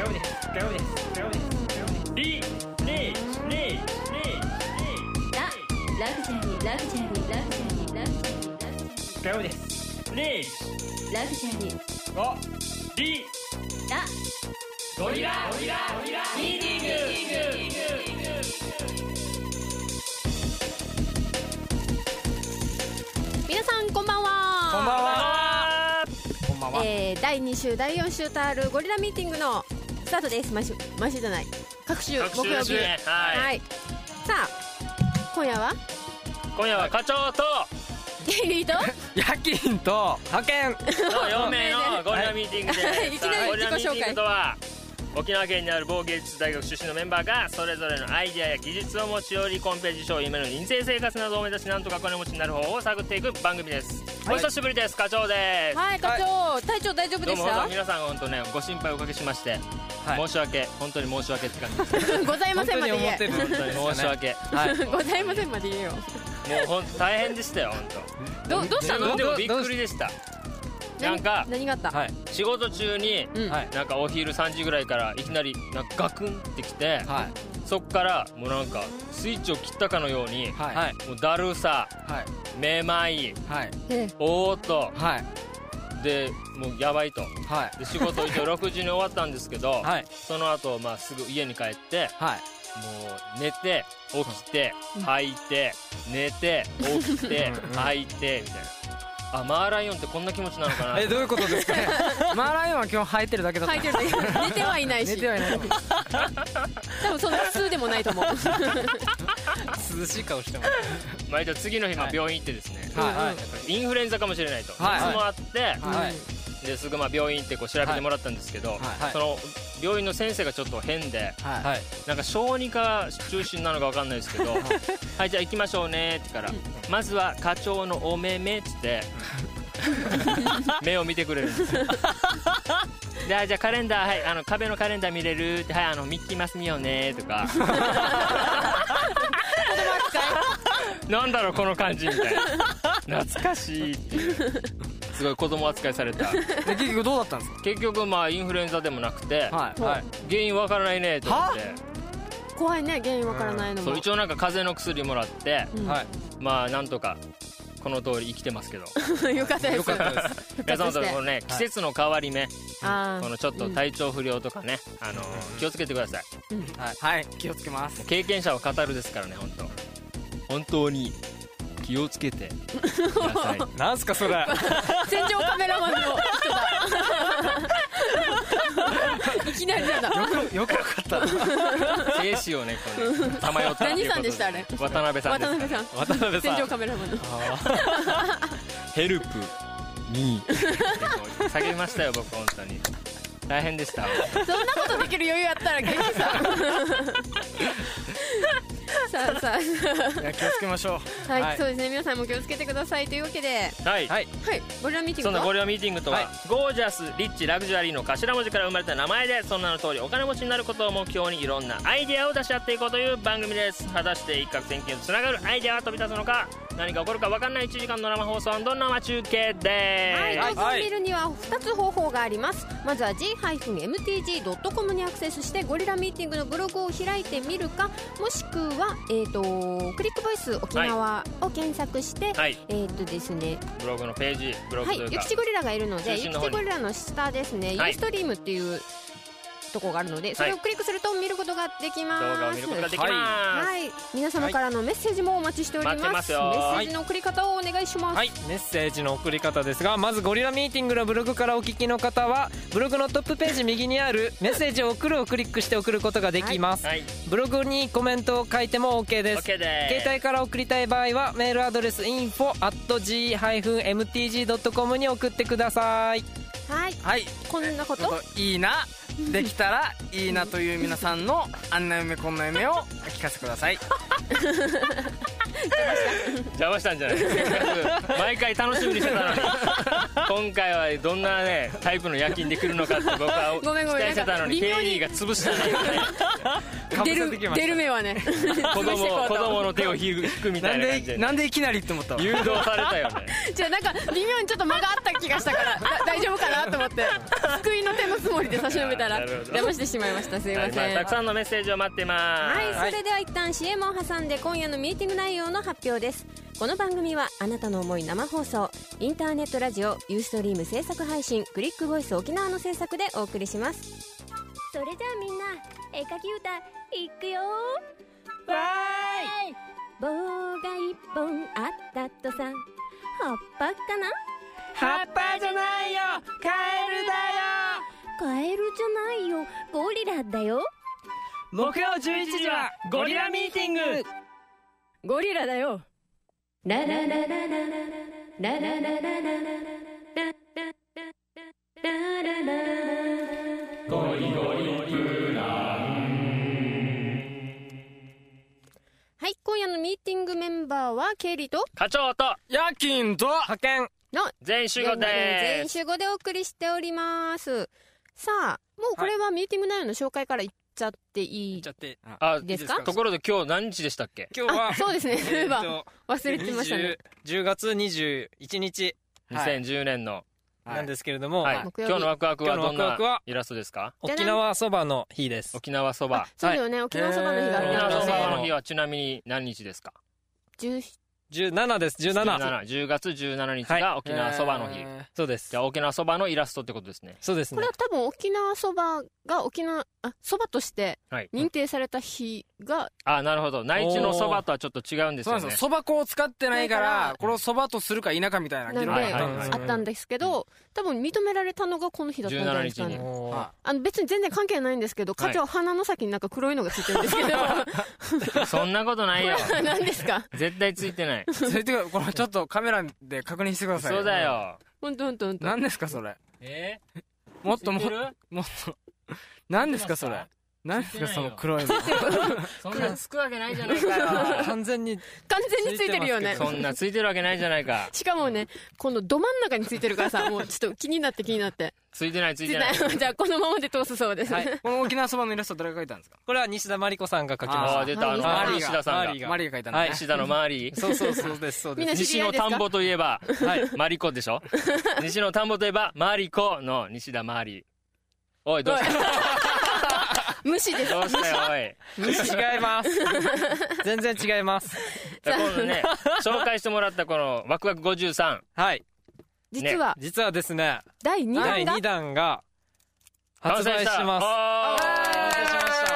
ゴリラミーティング。皆さんこんばんは。 こんばんは。こんばんは。 第2週第4週とあるゴリラミーティングのスタートです。毎週じゃない、各週木曜日、はい、さあ今夜は課長とゲイリーと夜勤と派遣の4名のゴリラミーティングでいきなりゴリラミーティン自己紹介グとは沖縄県にある某芸術大学出身のメンバーがそれぞれのアイデアや技術を持ち寄りコンペ受賞、夢の人生生活などを目指しなんとか金持ちになる方法を探っていく番組です、はい、お久しぶりです。課長です。 はい、課長、はい、体調大丈夫でした？ どうも皆さん本当ねご心配おかけしまして、はい、申し訳、本当に申し訳って感じですございませんまで言え。 本当に申し訳、はい、 ございませんまで言えよ。 もう本当大変でしたよ。本当どうしたの？ でもびっくりでした。なんか何があった？ はい、仕事中に、なんかお昼3時ぐらいからいきなりなんかガクンってきて、はい、そっからもうなんかスイッチを切ったかのように、はい、もうだるさ、はい、めまい、はい、おーっと、はい、でもうやばいと、はい、で仕事一応6時に終わったんですけど、はい、その後、まあすぐ家に帰って、はい、もう寝て起きて吐いて寝て起きて吐いてみたいな。マーライオンってこんな気持ちなのかな。 どういうことですかね。マーライオンは今日吐いてるだけだった。 吐いてるだけ。寝てはいないし。 寝てはいない。 多分そんな普通でもないと思う。 涼しい顔してます。 毎度次の日病院行ってですね、はい、インフルエンザかもしれないと熱もあって、はい、ですぐ病院行ってこう調べてもらったんですけど、はい、その病院の先生がちょっと変で、はい、なんか小児科中心なのか分かんないですけどはい、じゃあ行きましょうねってから、まずは課長のお目目っつって目を見てくれるんですよ。で、じゃあカレンダー、はい、壁のカレンダー見れるって、はい、ミッキーマウス見ようねとかなんだろうこの感じみたいな、懐かしいっていうすごい子供扱いされた。 結局どうだったんですか？ 結局まあインフルエンザでもなくて、はいはい、原因わからないねと思って。 怖いね、原因わからないのも。 そう、一応なんか風邪の薬もらって、まあなんとかこの通り生きてますけどよかったです。 よかったです。皆さんこのね、季節の変わり目、このちょっと体調不良とかね、気をつけてください。 はい、気をつけます。 経験者は語るですからね、本当に気をつけてください。 なんすかそれ。 戦場カメラマンの人だ。いきなりなんだ。 よくわかった。 生死をね、さまよったっていうことで。 何さんでしたあれ？ 渡辺さんです。 渡辺さん。 戦場カメラマンの。 ヘルプミー。叫びましたよ僕本当に。大変でした。 そんなことできる余裕あったら元気さ。さあ気をつけましょう。はい、そうですね、皆さんも気をつけてくださいというわけで、 はいゴリラミーティングとは、 そんなゴリラミーティングとは、ゴージャスリッチラグジュアリーの頭文字から生まれた名前で、その名の通りお金持ちになることを目標にいろんなアイデアを出し合っていこうという番組です。果たして一攫千金とつながるアイデアは飛び出すのか、何が起こるか分かんない1時間の生放送&生中継です。動画を見るには2つ方法があります。まずは g-mtg.com にアクセスしてゴリラミーティングのブログを開いてみるか、もしくはクリックボイス沖縄を検索して、ですね、 ブログのページ、ブログというか、 ゆきちゴリラがいるので、ゆきちゴリラの下ですね、ユーストリームっていうとこがあるので、それをクリックすると見ることができます。 動画を見ることができます。 はい、皆様からのメッセージもお待ちしております。メッセージの送り方をお願いします。 はい、メッセージの送り方ですが、まずゴリラミーティングのブログからお聞きの方は、ブログのトップページ右にあるメッセージを送るをクリックして送ることができます。ブログにコメントを書いても OK です。携帯から送りたい場合はメールアドレス info@g-mtg.com に送ってください。 はい、こんなこといいな、できたらいいなという皆さんのあんな夢こんな夢を聞かせてください。 邪魔したんじゃない。毎回楽しみにしてたのに今回はどんなねタイプの夜勤で来るのかって僕は期待してたのに、ケイリーが潰したね。 出る目はね子供の手を引くみたいな感じでなんでいきなりって思ったの。 誘導されたよね。 じゃあなんか微妙にちょっと間があった気がしたから大丈夫かなと思って救いの手のつもりで差し伸べたら騙してしまいました。すいません。 たくさんのメッセージを待ってます。 はい、それでは一旦 CM を挟んで今夜のミーティング内容の発表です。この番組はあなたの思い生放送、インターネットラジオ、ユーストリーム制作配信、クリックボイス沖縄の制作でお送りします。それじゃあみんな絵描き歌いくよ。わーい。棒が一本あったとさ、葉っぱかな。 葉っぱじゃないよ、カエルだよ。 カエルじゃないよ、ゴリラだよ。 木曜11時はゴリラミーティング。 ゴリラだよ。ララララララララララララララゴリゴリプラン。はい、今夜のミーティングメンバーはケイリと課長とヤッキンと派遣の全員集合です。 全員集合でお送りしております。さあ、もうこれはミーティング内容の紹介からいっちゃっていいですか。 ところで今日何日でしたっけ。 今日はそうですね、そういえば忘れてましたね。 10月21日 2010年のなんですけれども、 今日のワクワクはどんなイラストですか。 沖縄そばの日です。 沖縄そば。 そうだよね、沖縄そばの日がある。 沖縄そばの日はちなみに何日ですか。 17です。 10月17日が沖縄そばの日。 そうです。 じゃあ沖縄そばのイラストってことですね。 そうですね。 これは多分沖縄そばがそばとして認定された日が、 なるほど。内地のそばとはちょっと違うんですよね。 そば粉を使ってないからこれをそばとするか否かみたいな議論があったんですけど、多分認められたのがこの日だったんじゃないですかね。別に全然関係ないんですけど、課長鼻の先になんか黒いのがついてるんですけどそんなことないよ。 何ですか。 絶対ついてない。 それてかこれちょっとカメラで確認してください。 そうだよ。 ほんと何ですかそれ。もっと何ですかそれ。何ですかその黒いの。 そんなつくわけないじゃないかよ。 完全についてるよね。 そんなついてるわけないじゃないか。 しかもね、このど真ん中についてるからさ、もうちょっと気になってついてないじゃあこのままで通すそうです。 この沖縄そばのイラスト誰が描いたんですか。 これは西田真理子さんが描きました。 出た、マリー石田さんが。 マリーが描いたの。 石田のマリー。 そうです。 西の田んぼといえばマリコでしょ。西の田んぼといえばマリコの西田マリー。おいどうした無視です。 どうしたよおい。 違います全然違います。 今度ね、紹介してもらったこのワクワク53、 実はですね、 第2弾が発売します。完成しました。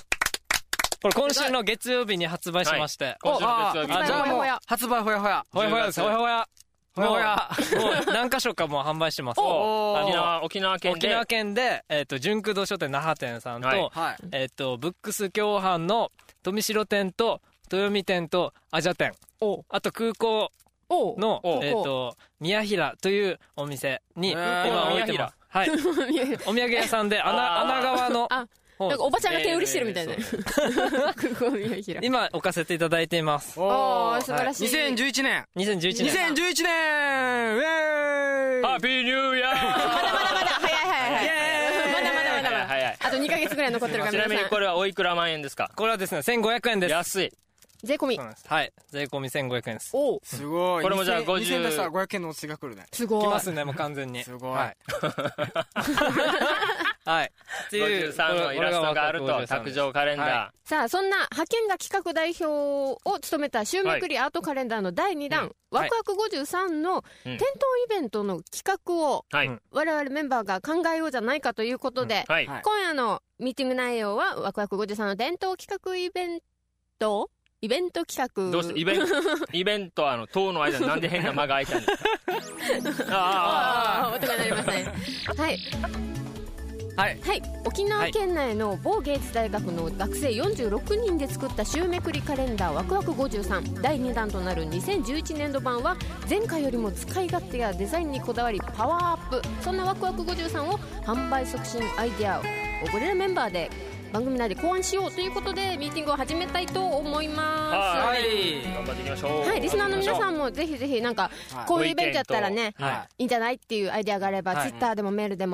これ今週の月曜日に発売しまして、 今週の月曜日。 じゃあもう発売ほやほやです。ほやほやもう何箇所かもう販売してます。 沖縄県で純駆動書店那覇店さんと、ブックス共販の富城店と豊見店とアジャ店、あと空港の宮平というお店に今置いてます。お土産屋さんで穴川のなんかおばちゃんが手売りしてるみたいな今置かせていただいています。 素晴らしい。 2011年ウェーイハッピーニューイヤー。 まだ早い。あと2ヶ月ぐらい残ってるから。 ちなみにこれはおいくら万円ですか。 これはですね1500円です。 安い。 税込み。 税込み1500円です。 すごい。 これもじゃあ 2000円出したら500円のお釣りが来るね。 すごい。 来ますね、もう完全に。 すごい。 53のイラストがあると卓上カレンダー。さあ、そんな派遣が企画代表を務めた週めくりアートカレンダーの第2弾、ワクワク53の店頭イベントの企画を我々メンバーが考えようじゃないかということで、今夜のミーティング内容はワクワク53の店頭企画イベント企画。 どうしてイベント塔の間になんで変な間が空いたんですか。 音が鳴りません。沖縄県内の某芸術大学の学生46人で作った週めくりカレンダーワクワク53第2弾となる2011年度版は前回よりも使い勝手やデザインにこだわりパワーアップ。そんなワクワク53を販売促進アイデアをゴリラメンバーで番組内で考案しようということでミーティングを始めたいと思います。 頑張っていきましょう。 リスナーの皆さんもぜひぜひなんかこういうイベントやったらねいいんじゃないっていうアイデアがあればツイッターでもメールでも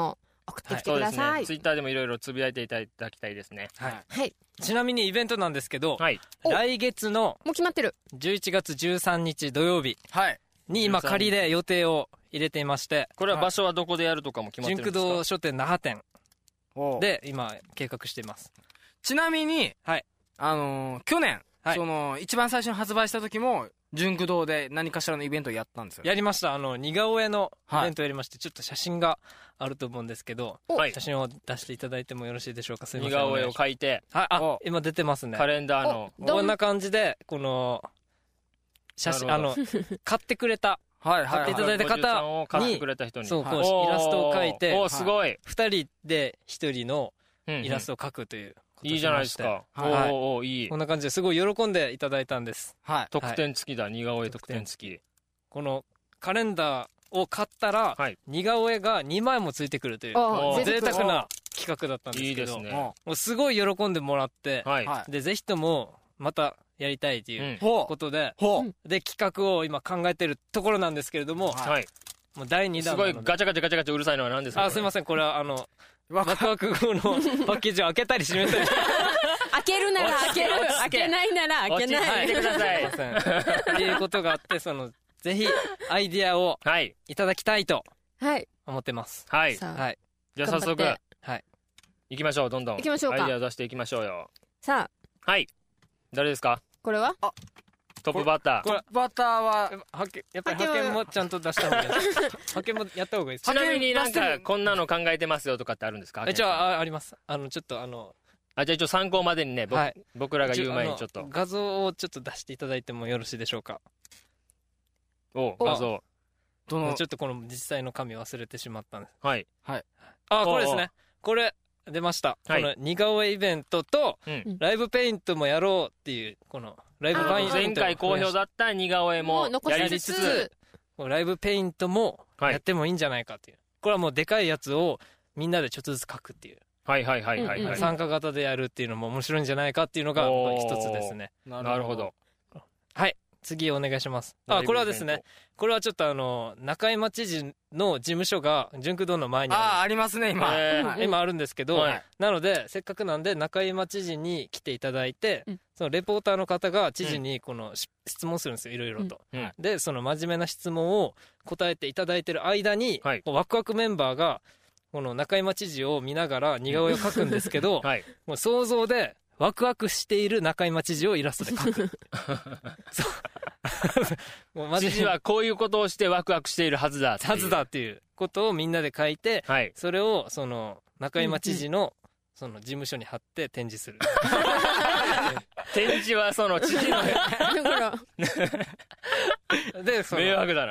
送ってきてください。 ツイッターでもいろいろつぶやいていただきたいですね。 はい。 ちなみにイベントなんですけど、 来月のもう決まってる 11月13日土曜日に今仮で予定を入れていまして、 これは場所はどこでやるとかも決まってるんですか？ 純駆動書店那覇店で今計画しています。 ちなみに、去年、一番最初に発売した時も純駆動で何かしらのイベントをやったんですよ。 やりました。似顔絵のイベントをやりまして、ちょっと写真があると思うんですけど、写真を出していただいてもよろしいでしょうか。すみません。 似顔絵を描いて、 今出てますね。 カレンダーのこんな感じで、この写真買ってくれた、買っていただいた方に、そう、こうイラストを描いて、 すごい。 2人で1人のイラストを描くという。 いいじゃないですか。いい。 こんな感じですごい喜んでいただいたんです。 特典付きだ。似顔絵特典付き。 このカレンダーを買ったら似顔絵が2枚もついてくるという贅沢な企画だったんですけど、もうすごい喜んでもらって、でぜひともまたやりたいということで、で企画を今考えてるところなんですけれども、もう第2弾。 すごいガチャガチャガチャガチャうるさいのは何ですか？ すいません、これはワクワク号のパッケージを開けたり閉めたり開けるなら開ける、開けないなら開けない。 開けてください。 っていうことがあって、ぜひアイディアをいただきたいと思ってます。 はい。じゃあ早速、行きましょう。どんどんアイデ行きましょうか。 ィアを出していきましょうよ。 さあ、 はい。誰ですか？ これはトップバッター。 トップバッターはやっぱり派遣もちゃんと出した方がいい。派遣もやった方がいいです。 ちなみになんかこんなの考えてますよとかってあるんですか？ 一応あります。ちょっとじゃあ一応参考までにね、僕らが言う前にちょっと画像をちょっと出していただいてもよろしいでしょうか？ 画像。 ちょっとこの実際の紙忘れてしまったんです。 はい。 これですね。これ出ました。この似顔絵イベントとライブペイントもやろうっていうこのライブペイント。 前回好評だった似顔絵もやりつつ、 ライブペイントもやってもいいんじゃないかっていう。これはもうでかいやつをみんなでちょっとずつ描くっていう。参加型でやるっていうのも面白いんじゃないかっていうのが一つですね。 なるほど。 はい。次お願いします。これはですね、これはちょっと中井町知事の事務所が純駆動の前にありますね、 今あるんですけど、なのでせっかくなんで中井町知事に来ていただいて、そのレポーターの方が知事にこの質問するんですよ、いろいろと。でその真面目な質問を答えていただいてる間に、ワクワクメンバーがこの中井町知事を見ながら似顔絵を描くんですけど、もう想像でワクワクしている中井町知事をイラストで描く。 知事はこういうことをしてワクワクしているはずだっていうことをみんなで書いて、それをその中井町知事のその事務所に貼って展示する。 展示はその知事ので迷惑だな。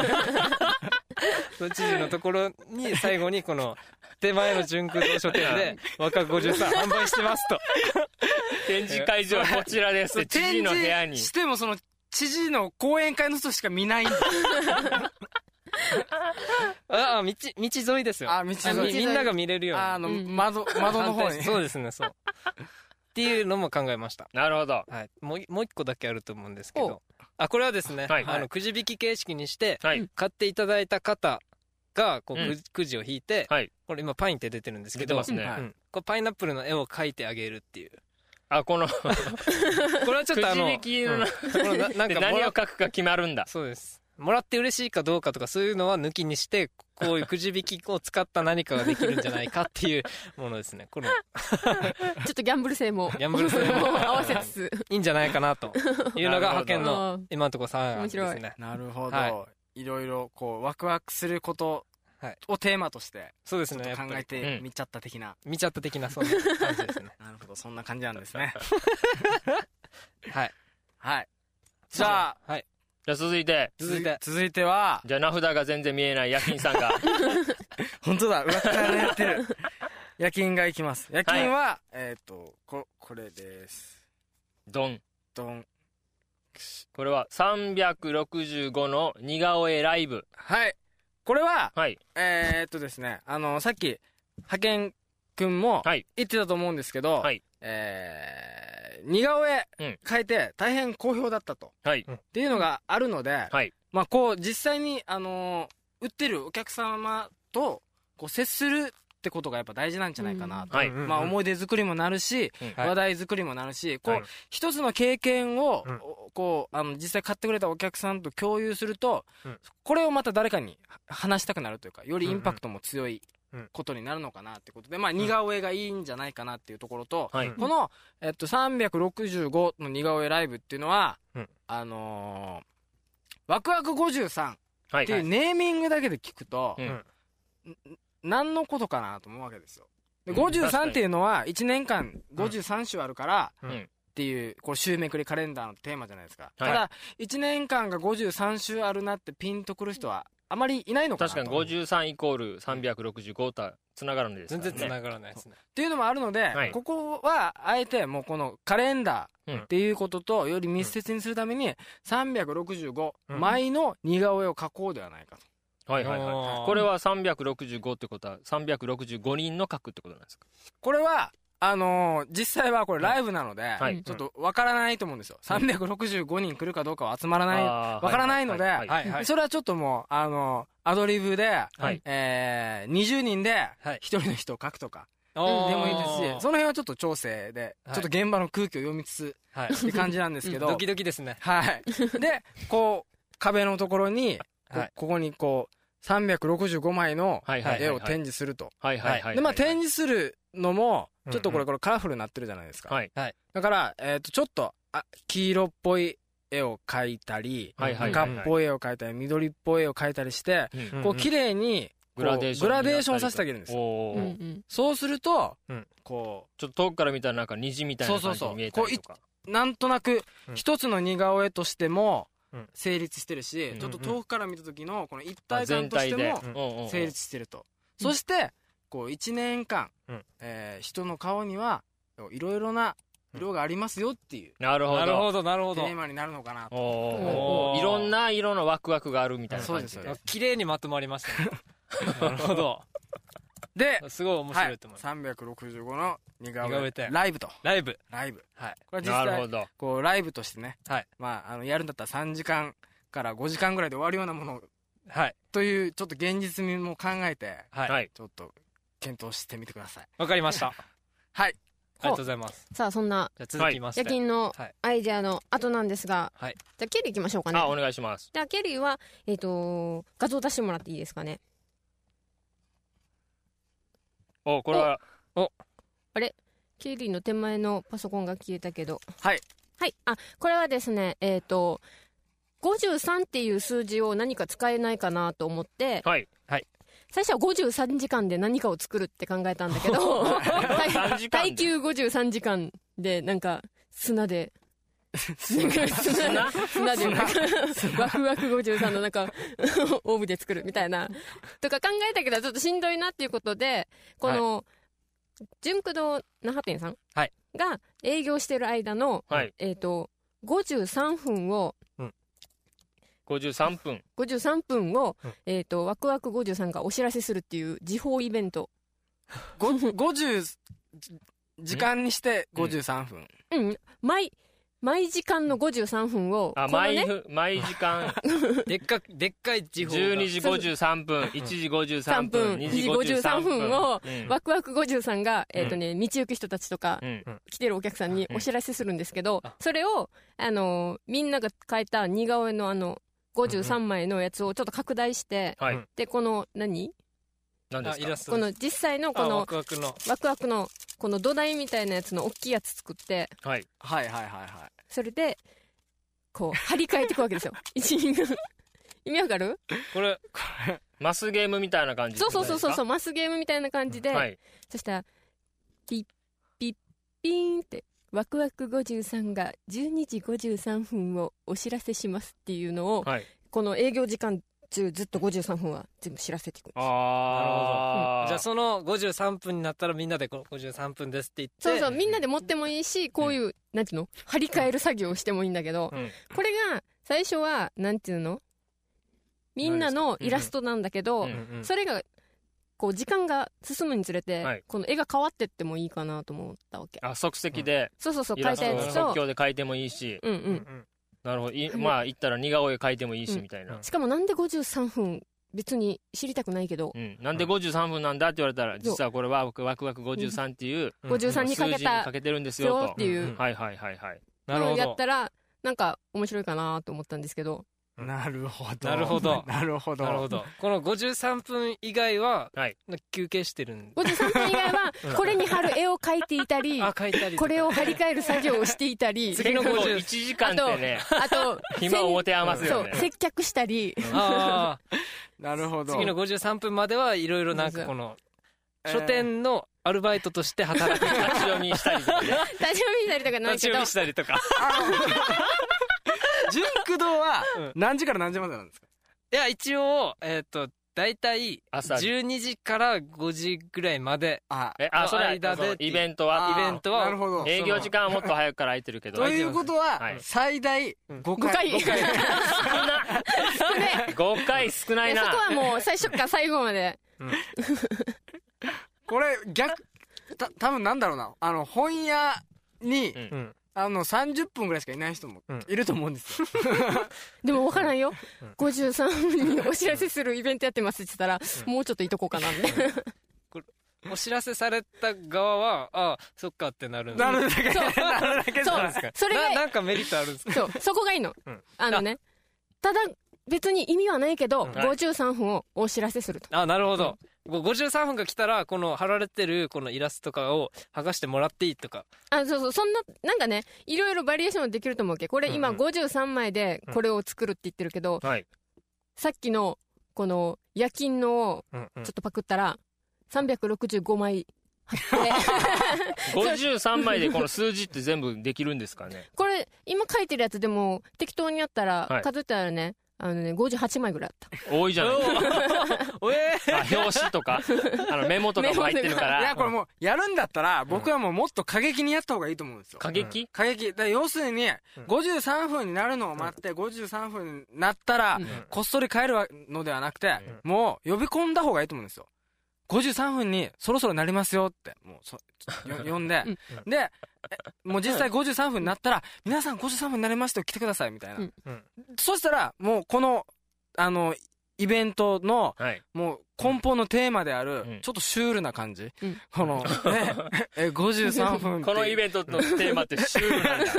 知事のところに最後にこの手前の純駆動書店で若53販売してますと。 展示会場はこちらですって知事の部屋にしてもその知事の講演会の人しか見ないんだ。 道沿いですよ。みんなが見れるように窓の方に。 そうですね、そうっていうのも考えました。 なるほど。 もう一個だけあると思うんですけど、これはですね、くじ引き形式にして買っていただいた方がこうくじを引いて、これ今パインって出てるんですけど、これパイナップルの絵を描いてあげるっていう。 これはちょっとくじ引きの何を書くか決まるんだ。 そうです。もらって嬉しいかどうかとかそういうのは抜きにして、こういうくじ引きを使った何かができるんじゃないかっていうものですね。このちょっとギャンブル性も合わせつついいんじゃないかなというのが派遣の今のところ3案ですね。 なるほど。いろいろこうワクワクすることをテーマとしてそうですね、 考えてみちゃった的なそんな感じですね。 なるほど、そんな感じなんですね。 はい。 じゃあ続いてはじゃあ名札が全然見えない夜勤さんが本当だ、裏からやってる夜勤がいきます。夜勤はこれです。 ドン。これは365の似顔絵ライブ。 これはですね、さっき派遣くんも言ってたと思うんですけど、似顔絵描いて大変好評だったと、っていうのがあるので、こう実際に売ってるお客様とこう接するってことがやっぱ大事なんじゃないかなと、まあ思い出作りもなるし、話題作りもなるし、こう一つの経験をこう実際買ってくれたお客さんと共有すると、これをまた誰かに話したくなるというか、よりインパクトも強いことになるのかなってことで、まあ似顔絵がいいんじゃないかなっていうところと、この365の似顔絵ライブっていうのはワクワク53っていうネーミングだけで聞くと何のことかなと思うわけですよ。で53っていうのは1年間53週あるからっていうこう週めくりカレンダーのテーマじゃないですか。ただ1年間が53週あるなってピンとくる人はあまりいないのかなと。 確かに53イコール365とはつながらないですからね。 全然つながらないですね。 っていうのもあるので、ここはあえてもうこのカレンダーっていうこととより密接にするために365枚の似顔絵を描こうではないかと。 これは365ってことは365人の描くってことなんですか？ これは実際はこれライブなので、ちょっとわからないと思うんですよ。365人来るかどうかは集まらない、わからないので、それはちょっともう、アドリブで、20人で1人の人を書くとか、でもいいですし、その辺はちょっと調整で、ちょっと現場の空気を読みつつ、って感じなんですけど。 ドキドキですね。 はい。で、こう、壁のところに、ここにこう、365枚の絵を展示すると。で、まあ展示するのも、ちょっとこれカラフルになってるじゃないですか。だから、ちょっと、黄色っぽい絵を描いたり、赤っぽい絵を描いたり、緑っぽい絵を描いたりして、こう、綺麗に、グラデーションさせてあげるんですよ。そうすると、こう、 ちょっと遠くから見たらなんか虹みたいな感じに見えたりとか。 なんとなく、一つの似顔絵としても、成立してるし、ちょっと遠くから見た時の、この一体感としても、成立してると。そして、こう1年間、人の顔にはいろいろな色がありますよっていうなるほどテーマになるのかなと。 いろんな色のワクワクがあるみたいな感じで綺麗にまとまりましたね。なるほど。ですごい面白いと思います。 365の似顔絵ライブと。 ライブ。 これ実際こうライブとしてね、まあやるんだったら3時間から5時間ぐらいで終わるようなものというちょっと現実味も考えて、ちょっと検討してみてください。 わかりました。 はい。 ありがとうございます。 さあそんな続きまして夜勤のアイデアの後なんですが、じゃあケリー行きましょうかね。 お願いします。 じゃあケリーは画像出してもらっていいですかね。 これはあれケリーの手前のパソコンが消えたけど。 はい。 これはですね53っていう数字を何か使えないかなと思って、最初は53時間で何かを作るって考えたんだけど耐久53時間でなんか砂で砂でワクワク53のなんかオーブで作るみたいなとか考えたけどちょっとしんどいなっていうことでこの純駆動那覇店さんが営業してる間の53分を 53 分を、ワクワク53がお知らせするっていう時報イベント。 50時間にして53分。 毎時間の53分を、 毎時間でっかい時報が 12時53分1時53分2時53分をワクワク53が道行く人たちとか来てるお客さんにお知らせするんですけど、それをみんなが描いた似顔絵の53枚のやつをちょっと拡大して、でこの何ですかこの実際のこのワクワクのこの土台みたいなやつの大きいやつ作って、それでこう張り替えていくわけですよ。一人分意味わかる？ これマスゲームみたいな感じ。 そうマスゲームみたいな感じで、そしたらピッピッピーンってワクワク53が12時53分をお知らせしますっていうのを、この営業時間中ずっと53分は全部知らせていくんです。 なるほど。じゃあその53分になったらみんなで53分ですって言って、 みんなで持ってもいいし、こういうなんていうの張り替える作業をしてもいいんだけど、これが最初はなんていうのみんなのイラストなんだけど、それがこう時間が進むにつれて、この絵が変わってってもいいかなと思ったわけ。 即席で描いたやつと即興で描いてもいいし、なるほど。まあ言ったら似顔絵描いてもいいしみたいな。 しかもなんで53分別に知りたくないけど、 なんで53分なんだって言われたら、実はこれは僕ワクワク53っていう 53にかけたかけてるんですよとっていう、 はいはいはいはい、 なるほど、やったらなんか面白いかなと思ったんですけど。 なるほどなるほどなるほどなるほど。この53分以外は休憩してるんで、 53分以外はこれに貼る絵を描いていたりこれを張り替える作業をしていたり、 次の1時間ってね、あと暇を持て余すよね。 そう、接客したりああなるほど。 次の53分まではいろいろなんかこの書店のアルバイトとして働く、立ち読みしたりとかね、 立ち読みしたりとかないけど、 立ち読みしたりとか純駆動は何時から何時までなんですか？ いや一応だいたい12時から5時ぐらいまでそれ間でイベントはなるほど。 営業時間はもっと早くから空いてるけど、 ということは最大5回 5回少ないな。 そこはもう最初から最後までこれ多分なんだろうな、本屋に30分ぐらいしかいない人もいると思うんですよ、 でも分からんよ、53分にお知らせするイベントやってますって言ったら、もうちょっといとこうかなみたいなお知らせされた側はそっかってなるんです。 なるだけそうそれがなんかメリットあるんですか？ そこがいいの、ね、ただ別に意味はないけど、53分をお知らせすると。 なるほど、53分が来たらこの貼られてるこのイラストとかを剥がしてもらっていいとか、 そうそんななんかね、いろいろバリエーションできると思うけど、これ今53枚でこれを作るって言ってるけど、さっきのこの夜勤のをちょっとパクったら365枚貼って 53枚でこの数字って全部できるんですかね？ これ今書いてるやつでも適当にやったら、数えたらね、58枚ぐらいあった。 多いじゃない表紙とかメモとかも入ってるから。 いやこれもうやるんだったら僕はもっと過激にやった方がいいと思うんですよ。 過激だ要するに53分になるのを待って53分になったらこっそり帰るのではなくて、もう呼び込んだ方がいいと思うんですよ。53分にそろそろなりますよってもう呼んででもう実際53分になったら皆さん53分になりましたよ来てくださいみたいな、そしたらもうこのイベントのもう根本のテーマであるちょっとシュールな感じ、この53分このイベントのテーマってシュールなんだ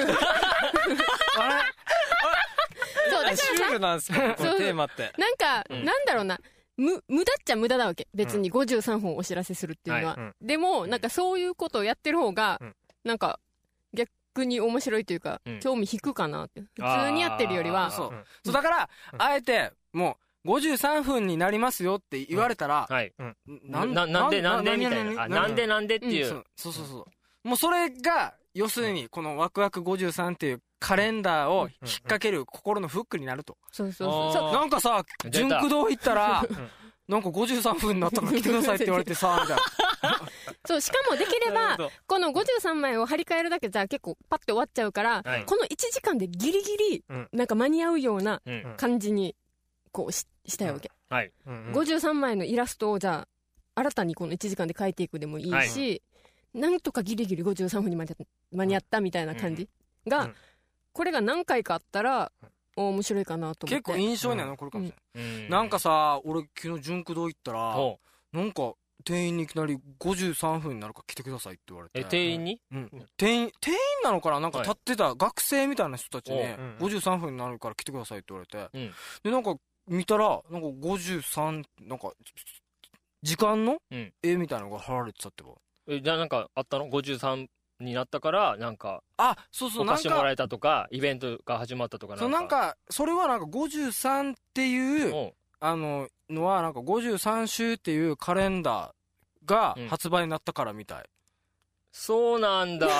そうだからさ、 シュールなんですかこのテーマって。 なんかなんだろうな、無駄っちゃ無駄だわけ、別に53分お知らせするっていうのは、でもなんかそういうことをやってる方がなんか逆に面白いというか、興味引くかなって、普通にやってるよりは。 そうだからあえてもう53分になりますよって言われたら、 なんでみたいな、なんでっていう、 そうもうそれが要するにこのワクワク53っていうカレンダーを引っ掛ける心のフックになると。なんかさ純駆動行ったらなんか53分になったから来てくださいって言われてさみたいなそう、しかもできればこの53枚を張り替えるだけじゃ結構パッて終わっちゃうから、この1時間でギリギリなんか間に合うような感じにこうしたいわけ、53枚のイラストをじゃあ新たにこの1時間で描いていくでもいいし、なんとかギリギリ53分に間に合ったみたいな感じが、これが何回かあったら面白いかなと思って。 結構印象には残るかもしれない、なんかさ俺昨日純駆動行ったらなんか店員にいきなり53分になるから来てくださいって言われて。 店員に？ 店員なのかな、なんか立ってた学生みたいな人たちに53分になるから来てくださいって言われて、でなんか見たらなんか53なんか時間の絵みたいなのが貼られてたってば。 じゃあなんかあったの？53になったからなんかそうお菓子もらえたとかイベントが始まったとか。 なんかそれはなんか53っていうのはなんか53週っていうカレンダーが発売になったからみたい。 そうなんだ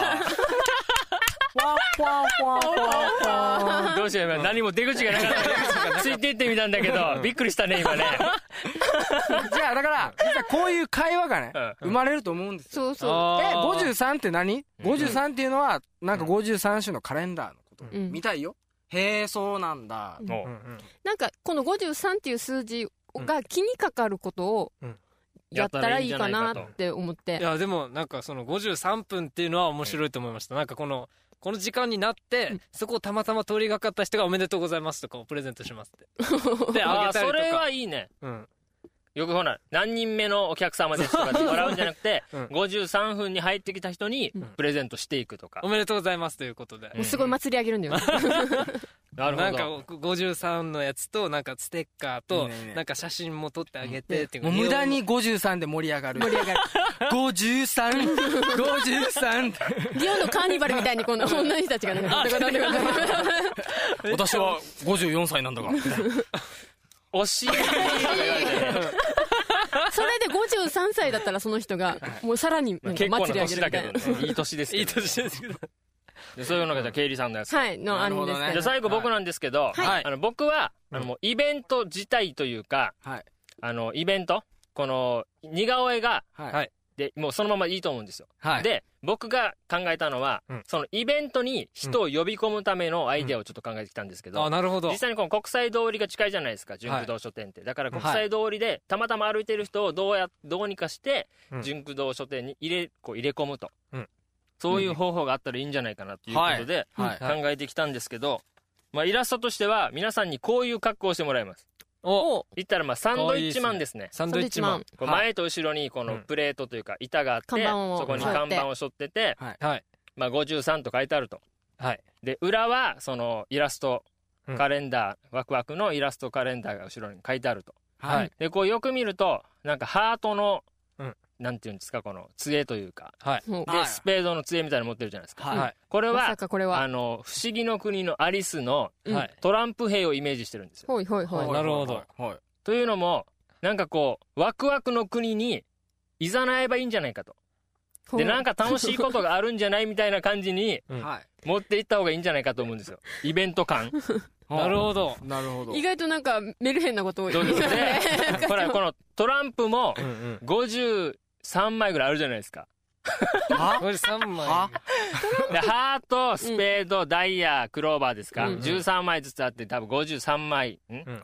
どうしよう、今何も出口がなかったついていってみたんだけどびっくりしたね今ねじゃあだから実はこういう会話がね生まれると思うんですよ。53って何？ 53 っていうのはなんか53種のカレンダーのことみたいよ。へえ、そうなんだ。 なんかこの53っていう数字が気にかかることをやったらいいかなって思って。 いやでもなんかその53分っていうのは面白いと思いました。なんかこのこの時間になって、そこをたまたま通りがかった人がおめでとうございますとかをプレゼントしますってであげたりとか。 それはいいね。よくほら何人目のお客様ですとかってもらうんじゃなくて、53分に入ってきた人にプレゼントしていくとか、 おめでとうございますということで、 すごい祭り上げるんだよなるほど。 なんか53のやつとなんかステッカーとなんか写真も撮ってあげてっていう、 もう無駄に53で盛り上がる53 リオのカーニバルみたいにこの女の人たちが私は54歳なんだから惜しいって言われてねそれで53歳だったらその人がもうさらに結構な年だけどね、いい年ですけど、 いい年ですけどそういうのがじゃあ経理さんのやつのあるんですけど、 じゃあ最後僕なんですけど、僕はもうイベント自体というか、イベントこの似顔絵がでもうそのままいいと思うんですよ。で僕が考えたのは、そのイベントに人を呼び込むためのアイデアをちょっと考えてきたんですけど、 なるほど。 実際にこの国際通りが近いじゃないですか、純駆動書店って。だから国際通りでたまたま歩いてる人をどうにかして純駆動書店に入れ込むと、そういう方法があったらいいんじゃないかなということで考えてきたんですけど、イラストとしては皆さんにこういう格好をしてもらいます。言ったらサンドイッチマンですね。 サンドイッチマン。 前と後ろにこのプレートというか板があって、そこに看板を背負ってて、53と書いてあると。で裏はそのイラストカレンダー、ワクワクのイラストカレンダーが後ろに書いてあると。でこうよく見るとなんかハートのなんていうんですか、この杖というか、でスペードの杖みたいなの持ってるじゃないですか。これは不思議の国のアリスのトランプ兵をイメージしてるんですよ。 なるほど。 というのもなんかこうワクワクの国にいざなえばいいんじゃないかと。でなんか楽しいことがあるんじゃないみたいな感じに持っていった方がいいんじゃないかと思うんですよ、イベント感。 なるほど。 意外となんかメルヘンなことを言うでほらこのトランプも53枚ぐらいあるじゃないですか。 53枚でハート、スペード、ダイヤ、クローバーですか、13枚ずつあって多分53枚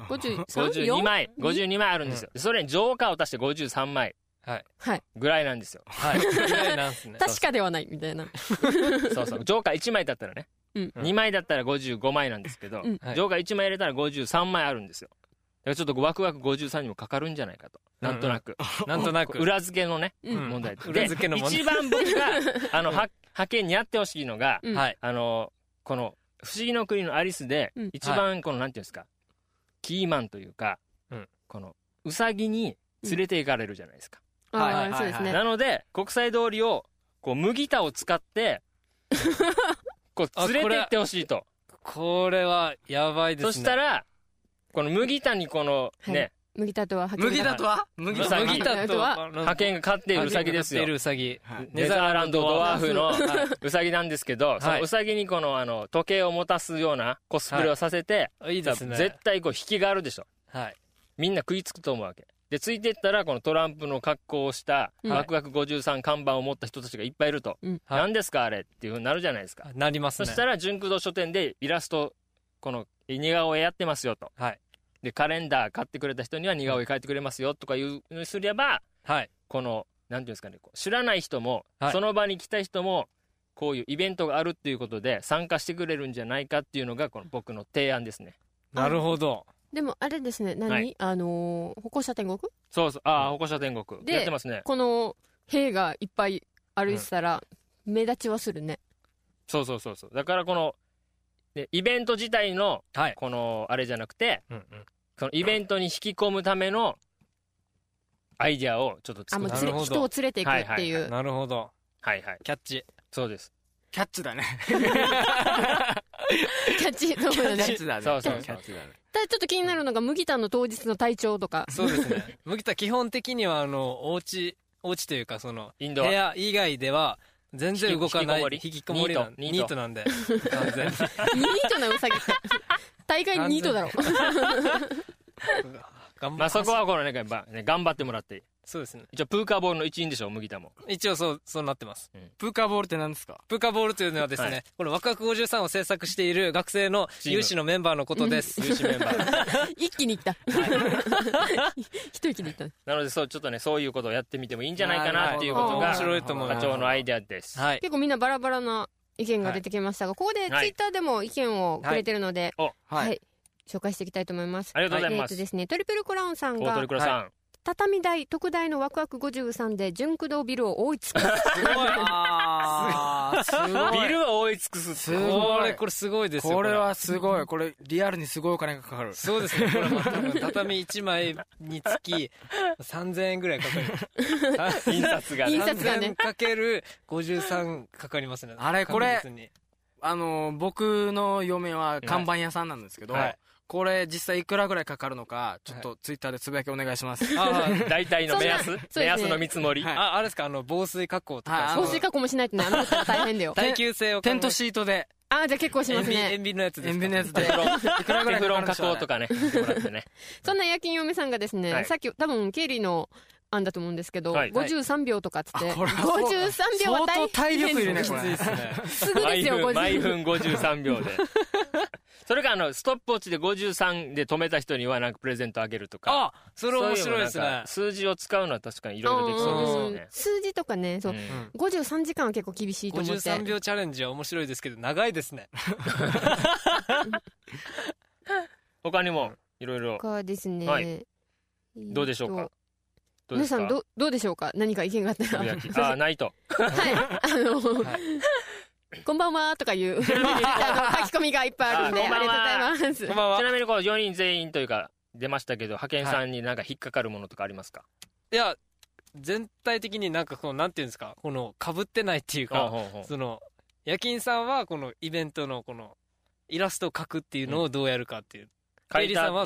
52枚あるんですよ。それにジョーカーを足して53枚ぐらいなんですよ。 確かではないみたいな。 そうそう、ジョーカー1枚だったらね、2枚だったら55枚なんですけど、ジョーカー1枚入れたら53枚あるんですよ。だからちょっとワクワク53にもかかるんじゃないかと、なんとなく裏付けのね問題で、一番僕が派遣にやってほしいのが、この不思議の国のアリスで一番このなんていうんですか、キーマンというか、このウサギに連れて行かれるじゃないですか。なので国際通りをこう麦田を使ってこう連れて行ってほしいと。 これはやばいですね。 そしたらこの麦田にこのね、 麦田とは派遣が飼っているウサギですよ。 ウサギ、 ネザーランドドワーフのウサギなんですけど、そのウサギにこの時計を持たすようなコスプレをさせて、絶対こう引きがあるでしょ。みんな食いつくと思うわけで、ついていったらこのトランプの格好をしたワクワク53看板を持った人たちがいっぱいいると、何ですかあれっていう風になるじゃないですか。 なりますね。 そしたら純駆動書店でイラストこの似顔絵やってますよと、でカレンダー買ってくれた人には似顔絵描いてくれますよとかいうのにすれば、このなんていうんですかね、知らない人も、その場に来た人もこういうイベントがあるっていうことで参加してくれるんじゃないかっていうのがこの僕の提案ですね。 なるほど。 でもあれですね、歩行者天国、 そうそう、歩行者天国やってますね。 この兵がいっぱい歩いてたら目立ちはするね。 そうだからこのイベント自体のこのあれじゃなくて、そのイベントに引き込むためのアイデアをちょっと作って、 人を連れていくっていう。 なるほど。キャッチ。 そうです。 キャッチだね。 キャッチ、そうだね。 キャッチだね。そうキャッチだね。 ちょっと気になるのが麦田の当日の体調とか。 そうですね。麦田基本的にはお家というかその部屋以外では全然動かない、引きこもりニートなんで、完全にニートなウサギって大概ニートだろ。 そこはこのね頑張ってもらって。 そうですね。 一応プーカーボールの一員でしょ、麦田も。 一応そうなってます。 プーカーボールって何ですか？ プーカーボールというのはですね、このワクワク53を制作している学生の有志のメンバーのことです。 有志メンバー。 一気にいった。一息でいった。 なのでちょっとね、そういうことをやってみてもいいんじゃないかなっていうことが課長のアイデアです。 結構みんなバラバラな意見が出てきましたが、ここでツイッターでも意見をくれてるので、はい、紹介していきたいと思います。 ありがとうございます。 ですね、トリプルクラウンさんが、畳台特大のワクワク53で純駆動ビルを覆い尽くす。すごい。 ビルを覆い尽くす。 すごい。これすごいですよ。 これはすごい。これリアルにすごいお金がかかる。 そうですね。これ畳1枚につき3000円ぐらいかかる。 印刷がね。 3000円かける53かかりますね。 あれこれ僕の嫁は看板屋さんなんですけど。これ実際いくらぐらいかかるのかちょっとツイッターでつぶやきお願いします。 大体の目安の見積もり。 あれですか、防水加工とか。 防水加工もしないとね、大変だよ。 耐久性をテントシートで。 じゃあ結構しますね。 塩ビのやつです。 塩ビのやつで。いくらぐらいテフロン加工とかね。 そんな夜勤嫁さんがですね、さっき多分経理の案だと思うんですけど、53秒とかっつって、53秒は相当体力いるね、これ。 すぐですよ、 毎分53秒で。それかストップウォッチで53で止めた人にはなんかプレゼントあげるとか。 それ面白いですね。 数字を使うのは確かにいろいろできそうですよね。 数字とかね、53時間は結構厳しいと思って。 53秒チャレンジは面白いですけど長いですね。 他にもいろいろ。 他ですね。 どうでしょうか。 皆さんどうでしょうか。何か意見があったら。 ないと。 こんばんはとかいう書き込みがいっぱいあるんで、ありがとうございます。 ちなみに4人全員というか出ましたけど、派遣さんになんか引っかかるものとかありますか？ いや、全体的になんかなんていうんですか、被ってないっていうか、夜勤さんはこのイベントのこのイラストを描くっていうのをどうやるかっていう。経理さんは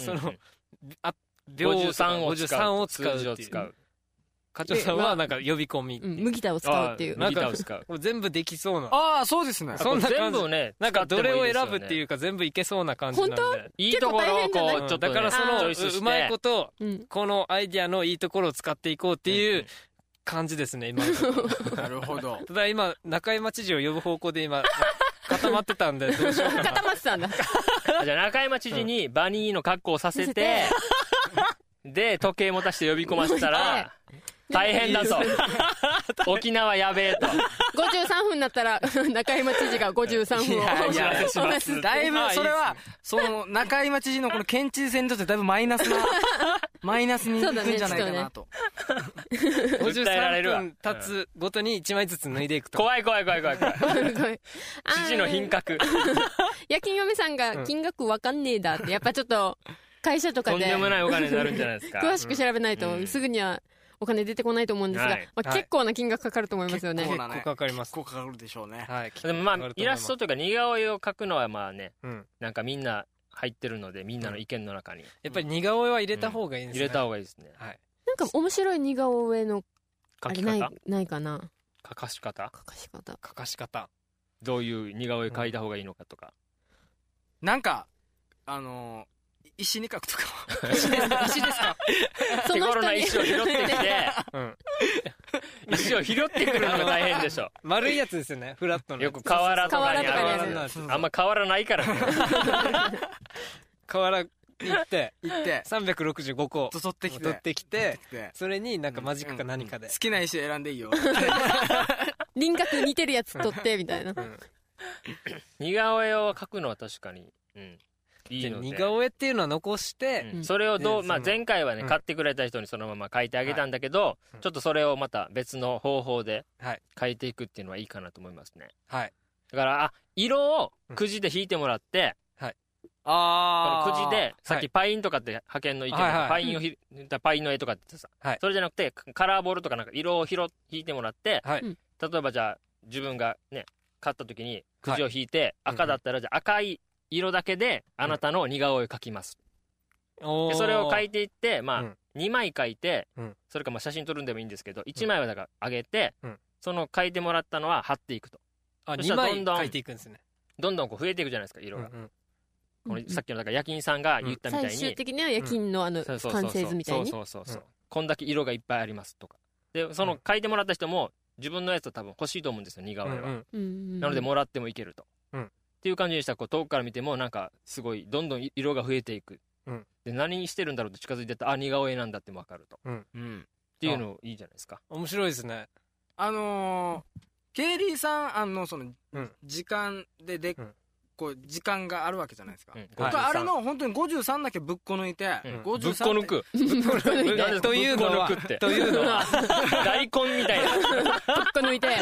53を使うっていう。課長さんはなんか呼び込み、 麦田を使うっていう、 なんか全部できそうな。 そうですね。 そんな全部ね、 なんかどれを選ぶっていうか全部いけそうな感じなんで。 いいところをこうちょっとだからうまいことこのアイディアのいいところを使っていこうっていう感じですね、今。 なるほど。 ただ今中山知事を呼ぶ方向で今固まってたんで、どうしようかな。 固まってたんだ。 じゃあ中山知事にバニーの格好をさせて、で時計持たして呼び込ませたら大変だと。沖縄やべえと。 53分になったら中山知事が53分をお知らせします。 だいぶそれは中山知事のこの県知事選にとってだいぶマイナスにいくんじゃないかなと。 53分経つごとに1枚ずつ脱いでいくと。 怖い。知事の品格。 夜勤嫁さんが金額わかんねえだって、やっぱちょっと会社とかでとんでもないお金になるんじゃないですか。 詳しく調べないとすぐにはお金出てこないと思うんですが、結構な金額かかると思いますよね。 結構かかります。 結構かかるでしょうね。 でもイラストというか似顔絵を描くのはね、なんかみんな入ってるので、みんなの意見の中にやっぱり似顔絵は入れた方がいいんですね。 入れた方がいいですね。 なんか面白い似顔絵の描き方ないかな。 描かし方どういう似顔絵描いた方がいいのかとか。 なんか石に描くとか。石ですか？ 手頃な石を拾ってきて、石を拾ってくるのが大変でしょ。 丸いやつですよね、フラットの。 よく河原とかにあるやつ。あんま河原ないからね。 河原行って365個取ってきて、 それになんかマジックか何かで好きな石選んでいいよ。 輪郭似てるやつ取ってみたいな。 似顔絵を描くのは確かに似顔絵っていうのは残して、 それを前回はね買ってくれた人にそのまま描いてあげたんだけど、ちょっとそれをまた別の方法で描いていくっていうのはいいかなと思いますね。だから色をくじで引いてもらって、このくじでさっきパインとかって派遣の意見パインの絵とかってさ、それじゃなくてカラーボールとかなんか色を引いてもらって、例えばじゃあ自分がね買った時にくじを引いて赤だったら、じゃあ赤い色だけであなたの似顔絵を描きます、でそれを描いていって、2枚描いて、それか写真撮るんでもいいんですけど、1枚はだから上げて、その描いてもらったのは貼っていくと。そしたらどんどん描いていくんですね。 どんどんこう増えていくじゃないですか、色が。さっきのだから夜勤さんが言ったみたいに、 最終的には夜勤の完成図みたいに、 こんだけ色がいっぱいありますとかで、その描いてもらった人も自分のやつを多分欲しいと思うんですよ、似顔絵は。なのでもらってもいけると。っていう感じにしたら、遠くから見てもなんかすごいどんどん色が増えていく、で何してるんだろうと近づいてったら、似顔絵なんだって分かると、っていうのいいじゃないですか。 面白いですね。 ケイリーさんその時間でこう時間があるわけじじゃないですか。僕あれの本当に53だけぶっこ抜いて、 ぶっこ抜くというのは大根みたいなぶっこ抜いて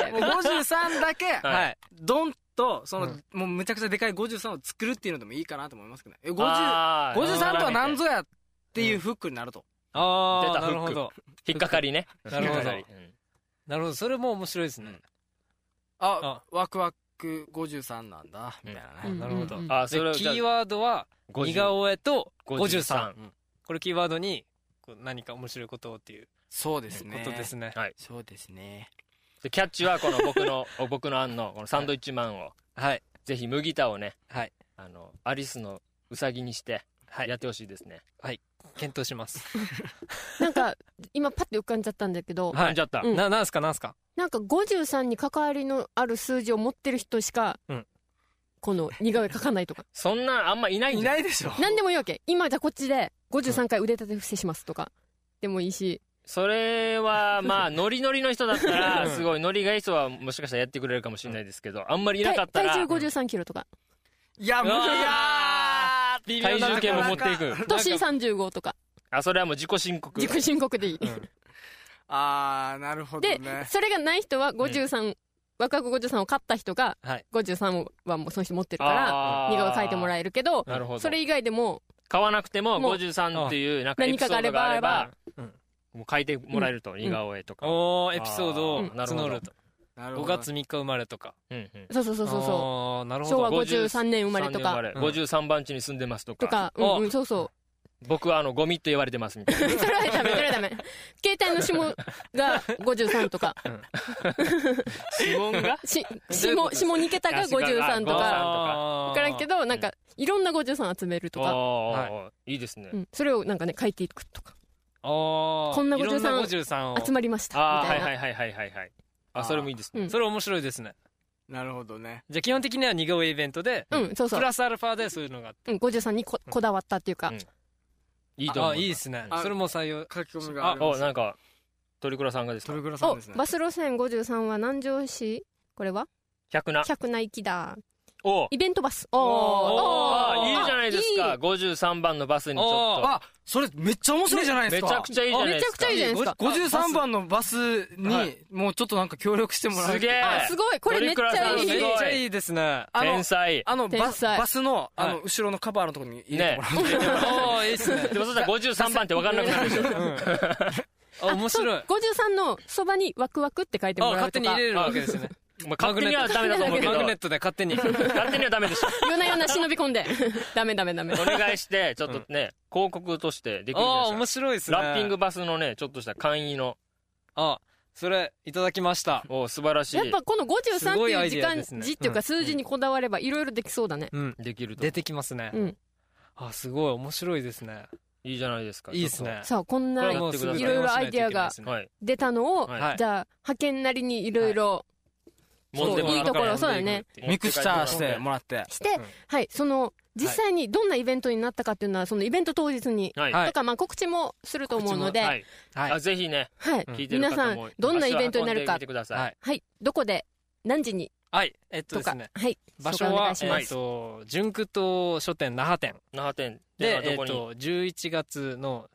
53だけドンともうめちゃくちゃでかい53を作るっていうのでもいいかなと思いますけどね。53とは何ぞやっていうフックになると。 出たフック引っかかりね。 なるほどなるほど、それも面白いですね。 ワクワク53なんだみたいなね。 なるほど。キーワードは似顔絵と53。これキーワードに何か面白いことをっていう。 そうですね。 ことですね。 はい。そうですね。 でキャッチはこの僕の案のこのサンドイッチマンをぜひ麦田をね、アリスのウサギにしてやってほしいですね。 はい。検討します。 なんか今パッて浮かんじゃったんだけど。 浮かんじゃった。 なんすか。 なんか53に関わりのある数字を持ってる人しか、この似顔絵描かないとか。 そんなあんまいないでしょ。 何でもいいわけ。今じゃこっちで53回腕立て伏せしますとかでもいいし。 それはまあノリノリの人だったらすごいノリがいい人はもしかしたらやってくれるかもしれないですけど、あんまりいなかったら体重53キロとか。 いや無理や体重計も持っていく。 年35とか。 それはもう自己申告でいい。 なるほどね。 でそれがない人は53、ワクワク53を買った人が、53はもうその人持ってるから似顔絵描いてもらえるけど、それ以外でも買わなくても53っていうなんかエピソードがあればもう描いてもらえると、似顔絵とかエピソードを募ると。5月3日生まれとか。 そう。 なるほど。 昭和53年生まれとか。 53番地に住んでますとか。 そうそう。 僕はゴミと言われてますみたいな。 それはダメ。携帯の指紋が53とか。 指紋が指紋2桁が53とか。わからんけど、なんか、いろんな53集めるとか。 いいですね。 それをなんかね、書いていくとか。こんな53集まりました。みたいな。 はい。それもいいですね。 それ面白いですね。 なるほどね。 じゃあ基本的には似顔絵イベントで、プラスアルファでそういうのがあって。 53にこだわったっていうか。 いいと思う。 いいですね。それも採用。 書き込みがある。 なんか、鳥倉さんがですか。 鳥倉さんですね。 バス路線53は南城市、これは百名行きだ。イベントバス。いいじゃないですか。53番のバスにちょっと。 それめっちゃ面白いじゃないですか。 めちゃくちゃいいじゃないですか。 めちゃくちゃいいじゃないですか。 53番のバスにもうちょっとなんか協力してもらう。 すげえ。 すごい。これめっちゃいい。 めっちゃいいですね。 天才。 バスの後ろのカバーのところに入れてもらう。 いいっすね。 でもそしたら53番って分かんなくなるでしょ。 面白い。 53のそばにワクワクって書いてもらうとか。 勝手に入れるわけですね。 勝手にはダメだと思うけど。 マグネットで勝手にはダメでしょ。 夜な夜な忍び込んで。ダメ。お願いして、ちょっとね、広告としてできるじゃないですか。 面白いですね。 ラッピングバスのね、ちょっとした簡易の。 それ、いただきました。 素晴らしい。 やっぱこの53っていう字っていうか数字にこだわればいろいろできそうだね。 できると。 出てきますね。すごい面白いですね。 いいじゃないですか。 いいですね。 さあ、こんないろいろアイディアが出たのを、じゃあ、派遣なりにいろいろ、いいところ、そうだね。 ミクスチャーしてもらって。 はい、実際にどんなイベントになったかっていうのは、そのイベント当日に、とか、告知もすると思うので、 ぜひね、 皆さん、どんなイベントになるか、どこで、何時に、 ですね。場所は、純駆動書店那覇店。で、11月の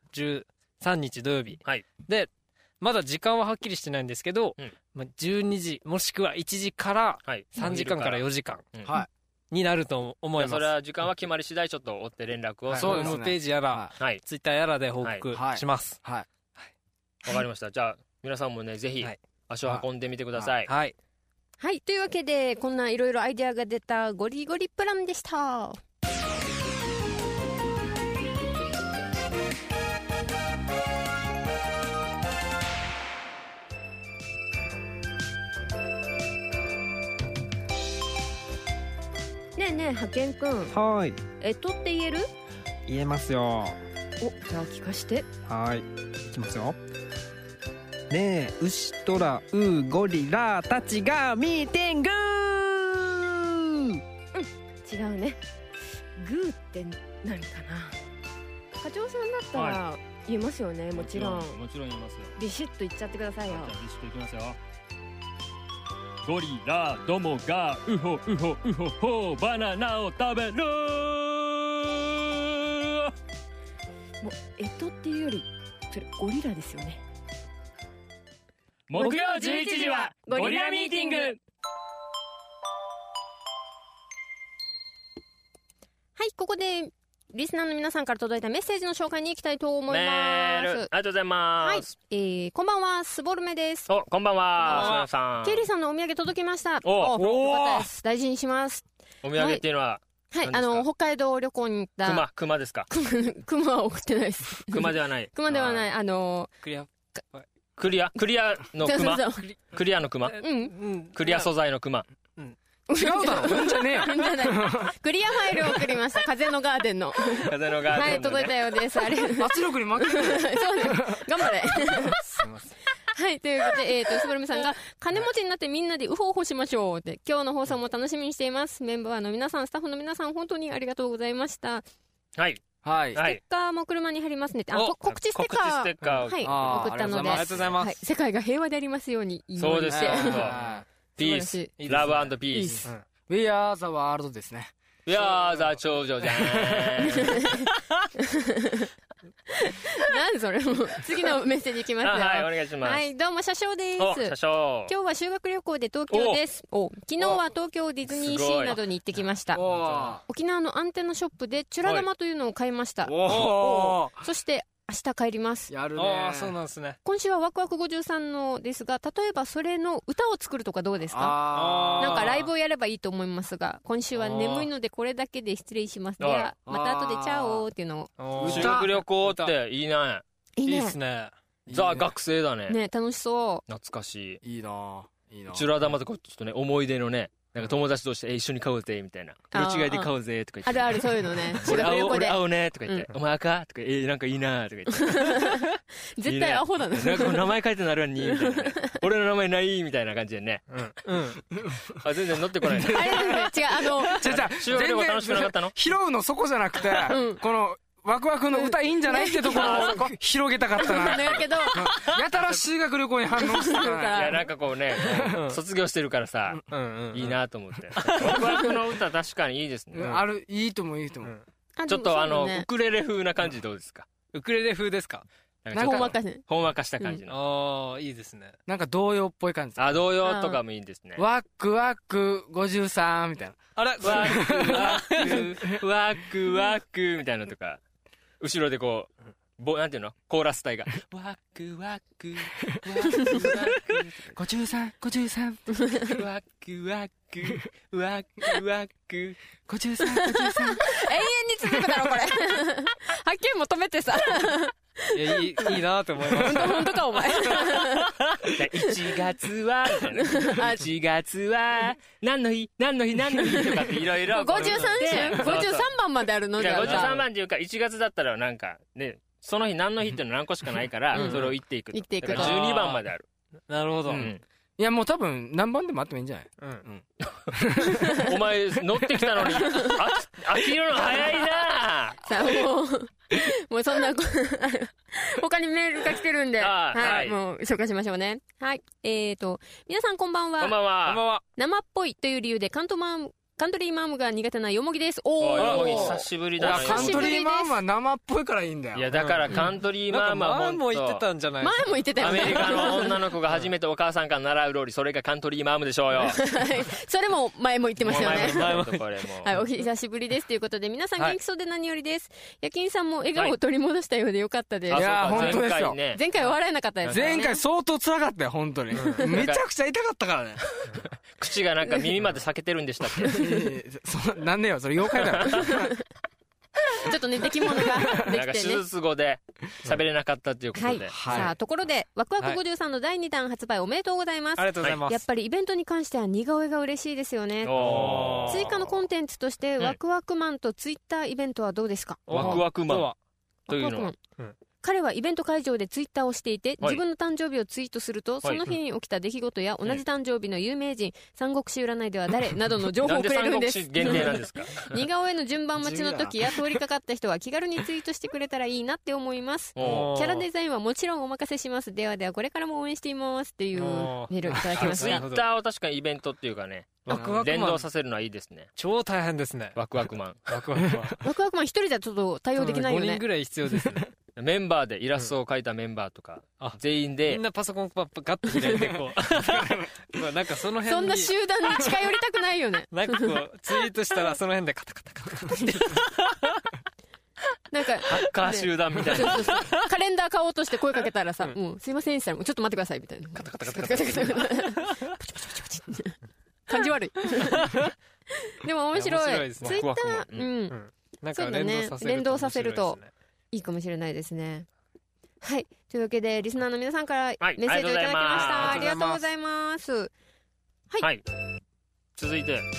13日土曜日。で、まだ時間ははっきりしてないんですけど、12時もしくは1時から3時間から4時間になると思います。 それは時間は決まり次第ちょっと追って連絡をホームページやらツイッターやらで報告します。 わかりました。じゃあ皆さんもねぜひ足を運んでみてください。 はい、というわけでこんないろいろアイデアが出たゴリゴリプランでした。ねえ派遣くん。 はい。 って言える？ 言えますよ。 じゃあ聞かして。 はい。いきますよ。ねえ、牛トラウゴリラたちがミーティング。 違うね。グーって何かな。課長さんだったら言えますよね。もちろん。 もちろん言いますよ。 ビシッと言っちゃってくださいよ。 じゃあビシッといきますよ。 ゴリラどもがウホウホウホホバナナを食べる。 もうっていうよりそれゴリラですよね。 木曜11時はゴリラミーティング。 はい、ここでリスナーの皆さんから届いたメッセージの紹介に行きたいと思います。 ありがとうございます。 はい、こんばんは、スボルメです。 お、こんばんは、さん。 ケイリーさんのお土産届きました。よかったです。大事にします。 お土産っていうのは、 はい、北海道旅行に行った。 熊ですか？ 熊は送ってないです。 熊ではない。 熊ではない。 クリアの熊。クリアの熊。 うん。 クリア素材の熊。 違うだろ、うんじゃねえよ。 クリアファイルを送りました。風のガーデンの。 風のガーデン。 はい、届いたようです。 圧力に負けてる。 そうです。頑張れ。すいません。はい、ということで、スボルメさんが、金持ちになってみんなでウホウホしましょうって、今日の放送も楽しみにしています。メンバーの皆さん、スタッフの皆さん、本当にありがとうございました。 はい。 はい。ステッカーも車に貼りますねって。告知ステッカー。 告知ステッカー。 はい。送ったので。 ありがとうございます。 世界が平和でありますように。 そうですよ。ピース。ラブ&ピース。 We are the world ですね。 We are the 長女じゃん。 なんそれも次のメッセージいきますよ。 はい、お願いします。 はい、どうも車掌です。 車掌。 今日は修学旅行で東京です。昨日は東京ディズニーシーなどに行ってきました。沖縄のアンテナショップでチュラ玉というのを買いました。そして明日帰ります。 やるね。 そうなんですね。 今週はワクワク53のですが、例えばそれの歌を作るとかどうですか？なんかライブをやればいいと思いますが、今週は眠いのでこれだけで失礼します。ではまた後でチャオーっていうのを。修学旅行っていいね。 いいですね。 ザ学生だね。 ね、楽しそう。 懐かしい。いいな。 チュラ玉とかちょっとね、思い出のね。なんか友達として一緒に買おうぜみたいな、色違いで買おうぜとか言って、 あるあるそういうのね。 俺青ねとか言って、お前赤とかなんかいいなとか言って絶対アホだな。 なんか名前書いてなるにみたいな、俺の名前ないみたいな感じでね。あ、全然乗ってこない。 違う、 修学旅行楽しくなかったの？ 拾うのそこじゃなくて、このワクワクの歌いいんじゃないってところを広げたかったな。 だけどやたら修学旅行に反応してるから。 いや、なんかこうね、卒業してるからさ、いいなと思って。ワクワクの歌確かにいいですね。 いいと思う、いいと思う。 ちょっとウクレレ風な感じどうですか？ ウクレレ風ですか？ ほんわかした感じの。 いいですね。 なんか童謡っぽい感じ。 童謡とかもいいんですね。 ワクワク53みたいな。 あれ、ワクワクみたいなのとか。後ろでこう、なんていうの？コーラス隊が。ワクワク、ワクワク。 53。 ワクワク、ワクワク。 53。永遠に続くだろ、これ。はっきり求めてさ。 いや、いいなと思います。 本当か、お前。 1月は、1月は、何の日とかっていろいろ。 53番まであるの？ いや、53番っていうか、1月だったらなんか、ね、その日何の日っていうの何個しかないから、それを言っていく。だから12番まである。 なるほど。 いや、もう多分、何番でもあってもいいんじゃない？ お前、乗ってきたのに、飽きるの早いな。 さあ、もうそんな、他にメールが来てるんで、はい、もう紹介しましょうね。はい。皆さんこんばんは。 こんばんは。 生っぽいという理由でカントリーマームが苦手なよもぎです。 久しぶりだね。 カントリーマームは生っぽいからいいんだよ。 いや、だからカントリーマームは前も言ってたんじゃない？ 前も言ってたよね。 アメリカの女の子が初めてお母さんから習う料理、それがカントリーマームでしょうよ。 それも前も言ってましたよね。 はい、 お久しぶりですということで、皆さん元気そうで何よりです。夜勤さんも笑顔を取り戻したようでよかったです。 いや、本当ですよ。 前回は笑えなかったです。 前回相当辛かったよ、本当に。めちゃくちゃ痛かったからね。 口がなんか耳まで裂けてるんでしたっけ？ なんねよ、それ妖怪だろ。 ちょっとね、出来物ができてね。 なんか手術後で喋れなかったということで。 さあ、ところで、ワクワク53の第2弾発売おめでとうございます。 ありがとうございます。 やっぱりイベントに関しては似顔絵が嬉しいですよね。追加のコンテンツとして、ワクワクマンとツイッターイベントはどうですか？ ワクワクマンというのは彼はイベント会場でツイッターをしていて、自分の誕生日をツイートすると、その日に起きた出来事や同じ誕生日の有名人、三国志占いでは誰などの情報をくれるんです。 なんで三国志限定なんですか？ 似顔絵の順番待ちの時や通りかかった人は気軽にツイートしてくれたらいいなって思います。キャラデザインはもちろんお任せします。ではではこれからも応援していますっていうメールいただきました。 ツイッターを確かにイベントっていうかね、連動させるのはいいですね。 超大変ですね。 ワクワクマン。 ワクワクマン一人じゃちょっと対応できないよね。 5人ぐらい必要ですね。 メンバーでイラストを描いたメンバーとか、全員でみんなパソコンパッパガッと開いてこうなんかその辺にそんな集団に近寄りたくないよね。 なんかこうツイートしたらその辺でカタカタカタカタってなんかハッカー集団みたいな、 そうカレンダー買おうとして声かけたらさ、すいませんでしたらちょっと待ってくださいみたいな、カタカタカタカタカタカタパチパチパチパチ感じ悪い。でも面白い。ツイッターなんか連動させるといいかもしれないですね。はい、というわけでリスナーの皆さんからメッセージをいただきました。ありがとうございます。はい、 続いて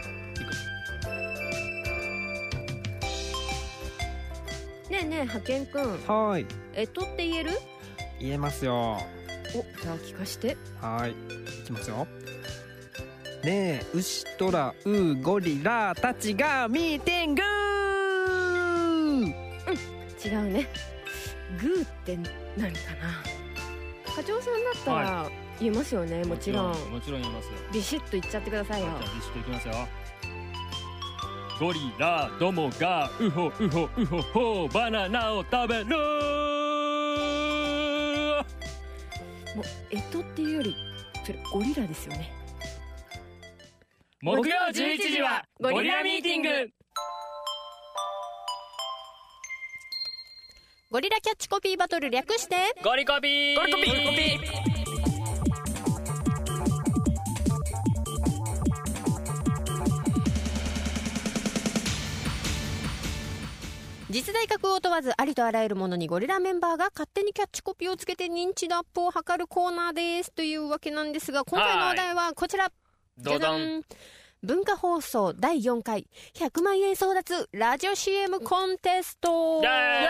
ねえねえはけんくん、 はい、 って言える？ 言えますよ。 じゃあ聞かして。 はい、いきますよ。ねえ牛トラウゴリラたちがミーティング。 違うね。グーって何かな。課長さんだったら言えますよね。もちろん言いますよ。 ビシッと言っちゃってくださいよ。 じゃあビシッといきますよ。ゴリラどもがウホウホウホホバナナを食べる。 もうっていうよりそれゴリラですよね。 木曜11時はゴリラミーティング。 ゴリラキャッチコピーバトル略してゴリコピー。ゴリコピー。 実在格を問わずありとあらゆるものにゴリラメンバーが勝手にキャッチコピーをつけて認知度アップを図るコーナーですというわけなんですが、今回のお題はこちら。 どうぞ。 文化放送第4回100万円争奪ラジオ CM コンテスト。 100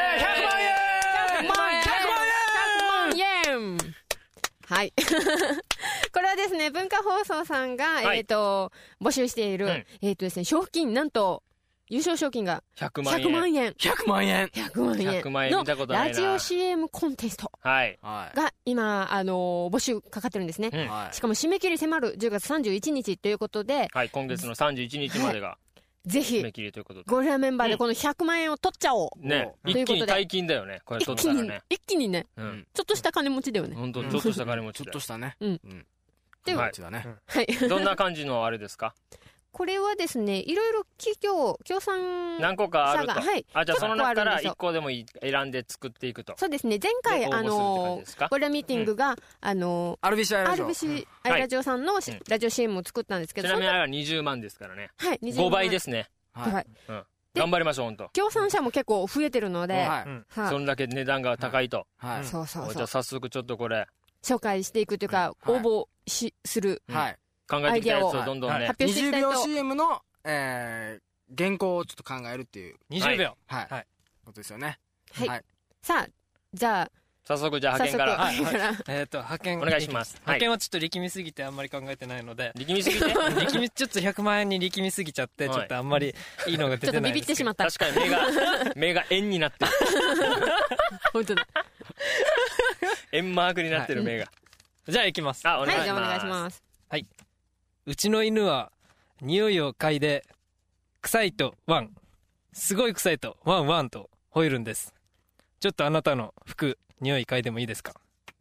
万円はい。これはですね、文化放送さんが、募集している、ですね、賞金、なんと、優勝賞金が 100万円。 100万円。 100万円。 100万円見たことないな。 ラジオ CM コンテストが今、募集かかってるんですね。しかも締め切り迫る10月31日ということで、 はい、今月の31日までが。 ぜひ締め切りということで、 ゴリラメンバーでこの100万円を取っちゃおう。 ね、一気に大金だよね、これ取ったらね。 一気にね、ちょっとした金持ちだよね。 本当、ちょっとした金持ち。 ちょっとしたね。 では、 どんな感じのあれですか？ これはですね、いろいろ企業、協賛何個かあると。 はい。 じゃあその中から1個でも選んで作っていくと。 そうですね。前回ゴリラミーティングがRBC アイラジオさんのラジオ CM を作ったんですけど、 ちなみにあれは20万ですからね。 はい。 5倍ですね。 はい。 頑張りましょう本当。 協賛者も結構増えてるので、 そんだけ値段が高いと。 そうそうそう。 じゃあ早速ちょっとこれ紹介していくというか応募する。 はい。考えてきたやつをどんどんね。 発表していきたいと。 20秒 CM の原稿をちょっと考えるっていう 20秒はいことですよね。 はい。さあ、じゃあ早速じゃあ派遣から派遣お願いします。 派遣はちょっと力みすぎてあんまり考えてないので。 力みすぎて？ 力みちょっと100万円に力みすぎちゃってちょっとあんまりいいのが出てない。 ちょっとビビってしまった。 確かに目が円になってる。 本当だ。 円マークになってる目が。 じゃあ行きます。 はい、じゃあお願いします。 はい。うちの犬は匂いを嗅いで臭いとワン、すごい臭いとワンワンと吠えるんです。ちょっとあなたの服匂い嗅いでもいいですか？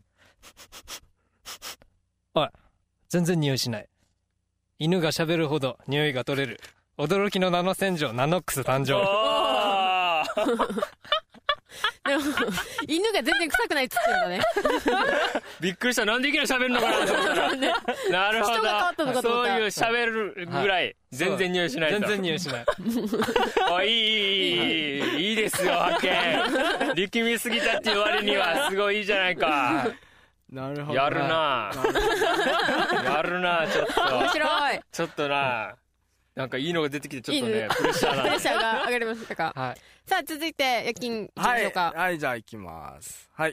おい、全然匂いしない。犬が喋るほど匂いが取れる驚きのナノ洗浄ナノックス誕生。 でも犬が全然臭くないっつってんだね。 びっくりした。なんでいきなり喋るのかなと思ったら、なるほど、そういう喋るぐらい全然匂いしないと。 全然匂いしない。 いいですよ発見。力みすぎたっていう割にはすごいいいじゃないか。 なるほど。 やるなちょっと面白い。 ちょっとななんかいいのが出てきてちょっとねプレッシャーなんでプレッシャーが上がりましたか。はい。さあ続いて夜勤いきましょうか。 はい、じゃあ行きます。はい。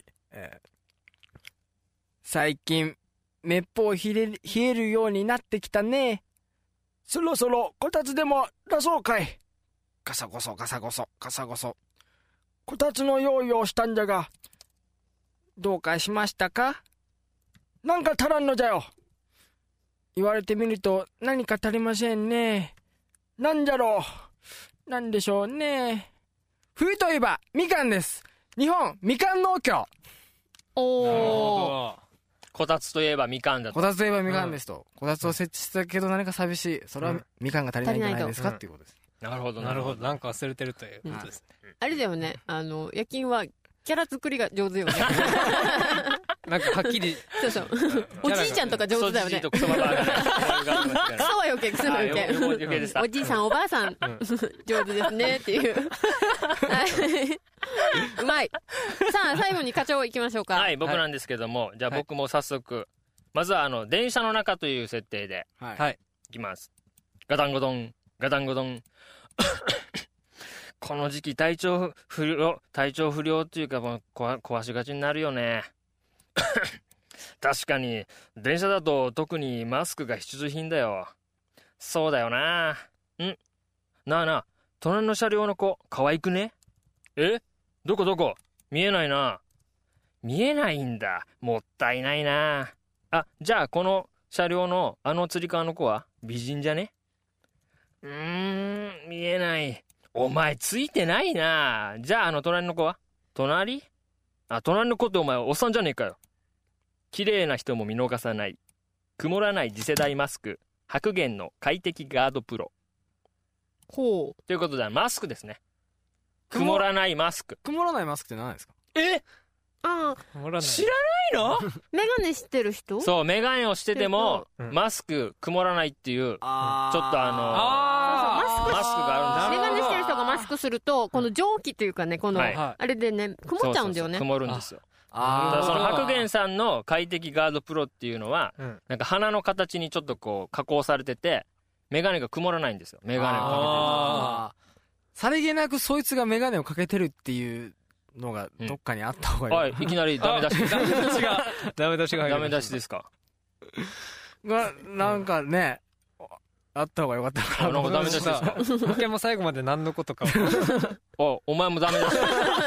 最近めっぽう冷えるようになってきたね。そろそろこたつでも出そうかい。ガサゴソガサゴソガサゴソ。こたつの用意をしたんじゃが、どうかしましたか？なんか足らんのじゃよ。言われてみると何か足りませんね。なんじゃろう。なんでしょうね。冬といえばみかんです。日本みかん農協。 おー。こたつといえばみかんだと。 こたつといえばみかんですと。こたつを設置したけど何か寂しい。それはみかんが足りないんじゃないですかっていうことです。 なるほどなるほど。なんか忘れてるということですね。 あれだよね。夜勤はキャラ作りが上手よね。 なんかはっきり。 そうそう。おじいちゃんとか上手だよね。 クソは余計、クソは余計。おじいさんおばあさん上手ですねっていう。うまい。さあ最後に課長行きましょうか。 はい、僕なんですけども、じゃあ僕も早速まずは電車の中という設定でいきます。ガタンゴトンガタンゴトン。この時期体調不良っていうか壊しがちになるよね。確かに電車だと特にマスクが必需品だよ。そうだよな。なあなあ、隣の車両の子可愛くね？どこ見えないな。見えないんだ。もったいないな。あ、じゃあこの車両のつり革の子は美人じゃね？見えない。お前ついてないな。じゃあ隣の子は？隣の子ってお前おっさんじゃねえかよ。綺麗な人も見逃さない。曇らない次世代マスク。白玄の快適ガードプロ。 ほう。 ということでマスクですね。曇らないマスク。 曇らないマスクって何ですか？ 知らないの？ メガネしてる人？ そう、メガネをしててもマスク曇らないっていう、ちょっとマスクがあるんです。 メガネしてる人がマスクするとこの蒸気というかね、このあれでね曇っちゃうんだよね。 曇るんですよ。その白玄さんの快適ガードプロっていうのは、なんか鼻の形にちょっとこう加工されててメガネが曇らないんですよ。メガネをかけてる。 さりげなくそいつがメガネをかけてるっていうのがどっかにあった方がいい。 はい、いきなりダメ出しダメ出しがダメ出しですか。 なんかね、あった方がよかったかな。 なんかダメ出しですか。 僕も最後まで何のことか。 お前もダメ出し。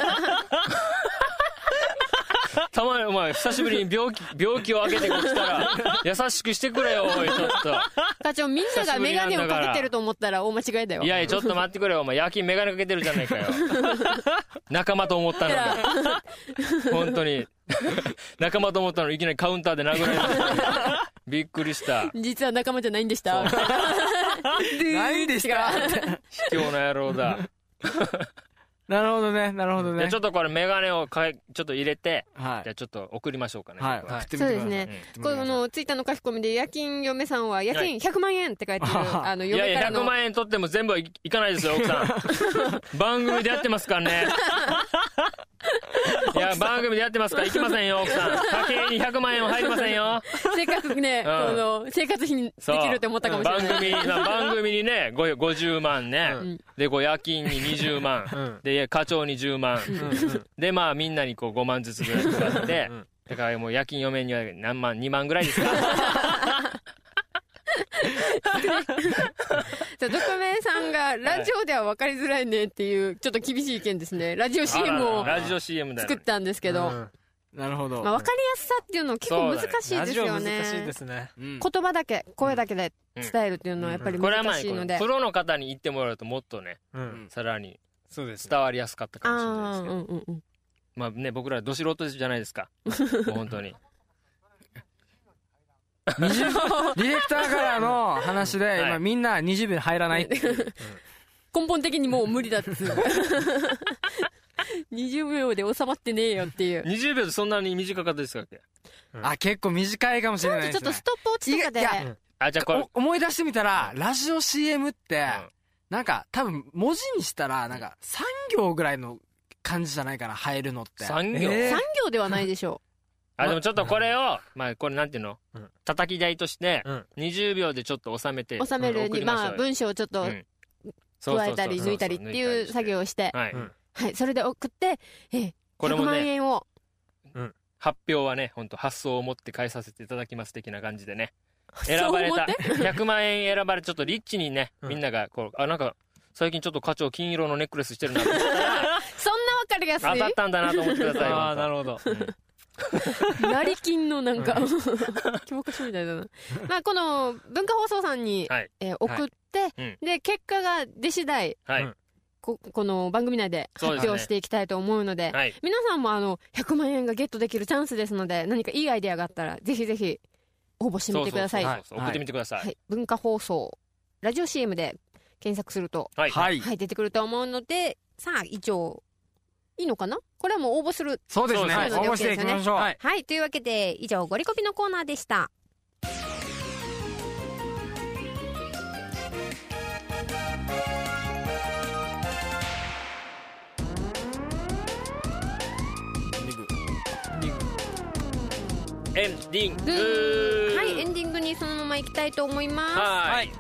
たまにお前久しぶりに病気を開けてきたら優しくしてくれよ。おいちょっと課長、みんながメガネをかけてると思ったら大間違いだよ。 いやちょっと待ってくれよ。お前夜勤メガネかけてるじゃないかよ。仲間と思ったのに本当に仲間と思ったのにいきなりカウンターで殴られた。びっくりした。 実は仲間じゃないんでした。 ないんでした。 卑怯な野郎だ。 なるほどね、なるほどね。 じゃあちょっとこれメガネをちょっと入れて、じゃあちょっと送りましょうかね。 そうですね。このツイッターの書き込みで夜勤嫁さんは夜勤100万円って書いてる。 いやいや100万円取っても全部はいかないですよ奥さん。番組でやってますからね。いや番組でやってますから行きませんよ奥さん。家計に100万円は入りませんよ。 せっかくね、この生活費にできるって思ったかもしれない。 番組にね50万ね、で夜勤に20万で課長に10万でまあみんなにこう5万ずつぐらい配って、だからもう夜勤嫁には何万2万ぐらいですか。 ドクメンさんがラジオでは分かりづらいねっていうちょっと厳しい意見ですね。ラジオ CM を作ったんですけど、 なるほど。 分かりやすさっていうのは結構難しいですよね。ラジオ難しいですね。言葉だけ声だけで伝えるっていうのはやっぱり難しいので、 プロの方に言ってもらうともっとね、さらに伝わりやすかったかもしれないですけど、まあね僕らど素人じゃないですか。もう本当に。 ディレクターからの話で、今みんな20秒入らないって。 根本的にもう無理だって。20秒で収まってねえよっていう。 20秒でそんなに短かったですかっけ？ 結構短いかもしれないですね。 ちょっとストップウォッチとかで。 じゃあこれ思い出してみたら、ラジオ CM って、なんか多分文字にしたら、なんか3行ぐらいの感じじゃないかな、入るのって。 3行 ?3 行ではないでしょう。 でもちょっとこれをこれなんていうの、叩き台として20秒でちょっと収めるに文章をちょっと加えたり抜いたりっていう作業をして、それで送って100万円を発表はね、本当発想を持って返させていただきます的な感じでね、選ばれた100万円選ばれ、ちょっとリッチにね、みんながこうなんか最近ちょっと課長金色のネックレスしてるなと思ったらそんなわかりやすい当たったんだなと思ってください。 ああ、なるほど。 成金のなんか気もかしみたいだな。この文化放送さんに送って、で結果が出次第、この番組内で発表していきたいと思うので、皆さんも100万円がゲットできるチャンスですので、何かいいアイデアがあったらぜひぜひ応募してみてください。 送ってみてください。 文化放送ラジオ CM で検索すると出てくると思うので、さあ以上いいのかな。これはもう応募する。 そうですね、応募していきましょう。 はい、というわけで以上ゴリコピのコーナーでした。 エンディング。 はい、エンディングにそのまま行きたいと思います。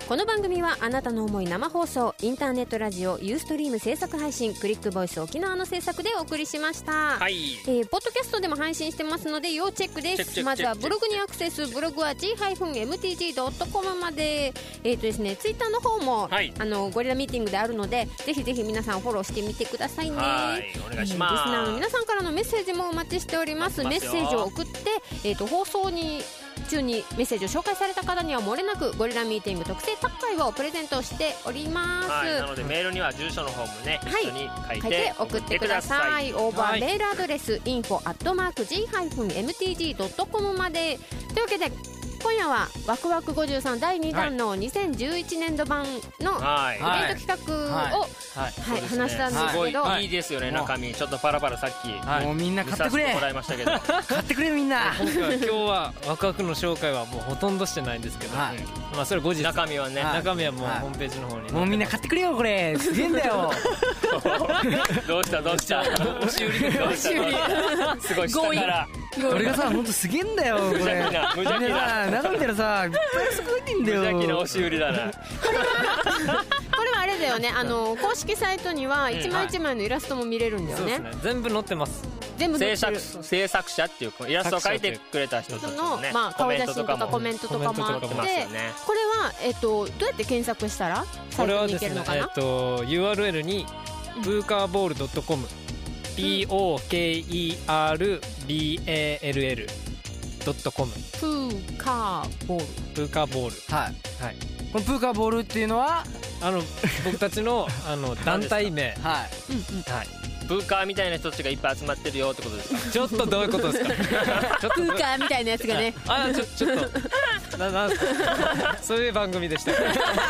この番組はあなたの思い生放送、インターネットラジオユーストリーム制作配信、クリックボイス沖縄の制作でお送りしました。ポッドキャストでも配信してますので要チェックです。まずはブログにアクセス。ブログは g-mtg.com まで。ですね、ツイッターの方も、ゴリラミーティングであるので、ぜひぜひ皆さんフォローしてみてくださいね。 お願いします。 リスナーの皆さんからのメッセージもお待ちしております。メッセージを送って、放送中にメッセージを紹介された方には漏れなくゴリラミーティング特製タッカイをプレゼントしております。 なのでメールには住所の方もね、一緒に書いて送ってください。応募はメールアドレス info@g-mtg.com まで。というわけで今夜はワクワク53第2弾の2011年度版のイベント企画を話したんですけど、 すごいいいですよね、中身ちょっとパラパラさっきもうみんな買ってくれ、 もらいましたけど買ってくれみんな。 今日はワクワクの紹介はもうほとんどしてないんですけど、それ後日。 中身はね、 中身はもうホームページの方に。 もうみんな買ってくれよ、これすげえんだよ。 どうした押し売りすごい下からこれがさ、ほんとすげえんだよ、これ。 無邪気な中見たらさ、いっぱいすごいんだよ。 無邪気な押し売りだな。 これはあれだよね、公式サイトには一枚一枚のイラストも見れるんだよね。 全部載ってます。 全部載ってる。 制作者っていうイラストを描いてくれた人たちのね、 顔写真とかコメントとかもあって、これはどうやって検索したらサイトに行けるのかな。 URL にpookerball.com POKERBALL.com プーカーボール。 このプーカーボールっていうのは僕たちの団体名。 プーカーみたいな人たちがいっぱい集まってるよってことですか。 ちょっとどういうことですか。 プーカーみたいなやつがね。 ちょっとなんすか。そういう番組でした。 ど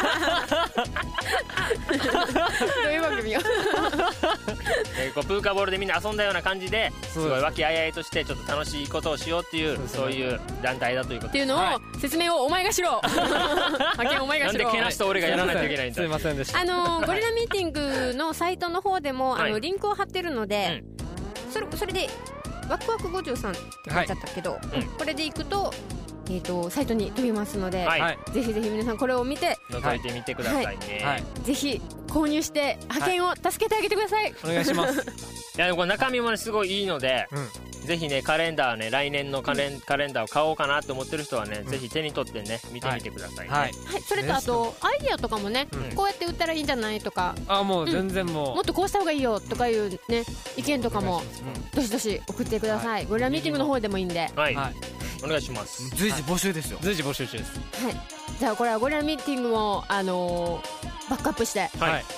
ういう番組よ。 プーカーボールでみんな遊んだような感じで、すごい和気あいあいとしてちょっと楽しいことをしようっていう、そういう団体だということっていうのを説明をお前がしろ。派遣お前がしろ。 なんでけなしと俺がやらないといけないんだ。 すいませんでした。 ゴリラミーティングのサイトの方でもリンクを貼ってるので、それでワクワク53って書いてあったけど、これで行くとサイトに飛びますので、ぜひぜひ皆さんこれを見て覗いてみてくださいね。 ぜひ購入して派遣を助けてあげてください。 お願いします。 いやでもこれ中身もねすごいいいので、ぜひねカレンダーね、来年のカレンダーを買おうかなと思ってる人はね、ぜひ手に取ってね見てみてくださいね。 それとあとアイディアとかもね、こうやって売ったらいいんじゃないとか、 もう全然もっとこうした方がいいよとかいうね意見とかもどしどし送ってください。ゴリラミーティングの方でもいいんで、 お願いします。 随時募集ですよ。 随時募集中です。 じゃあこれはゴリラミーティングもバックアップして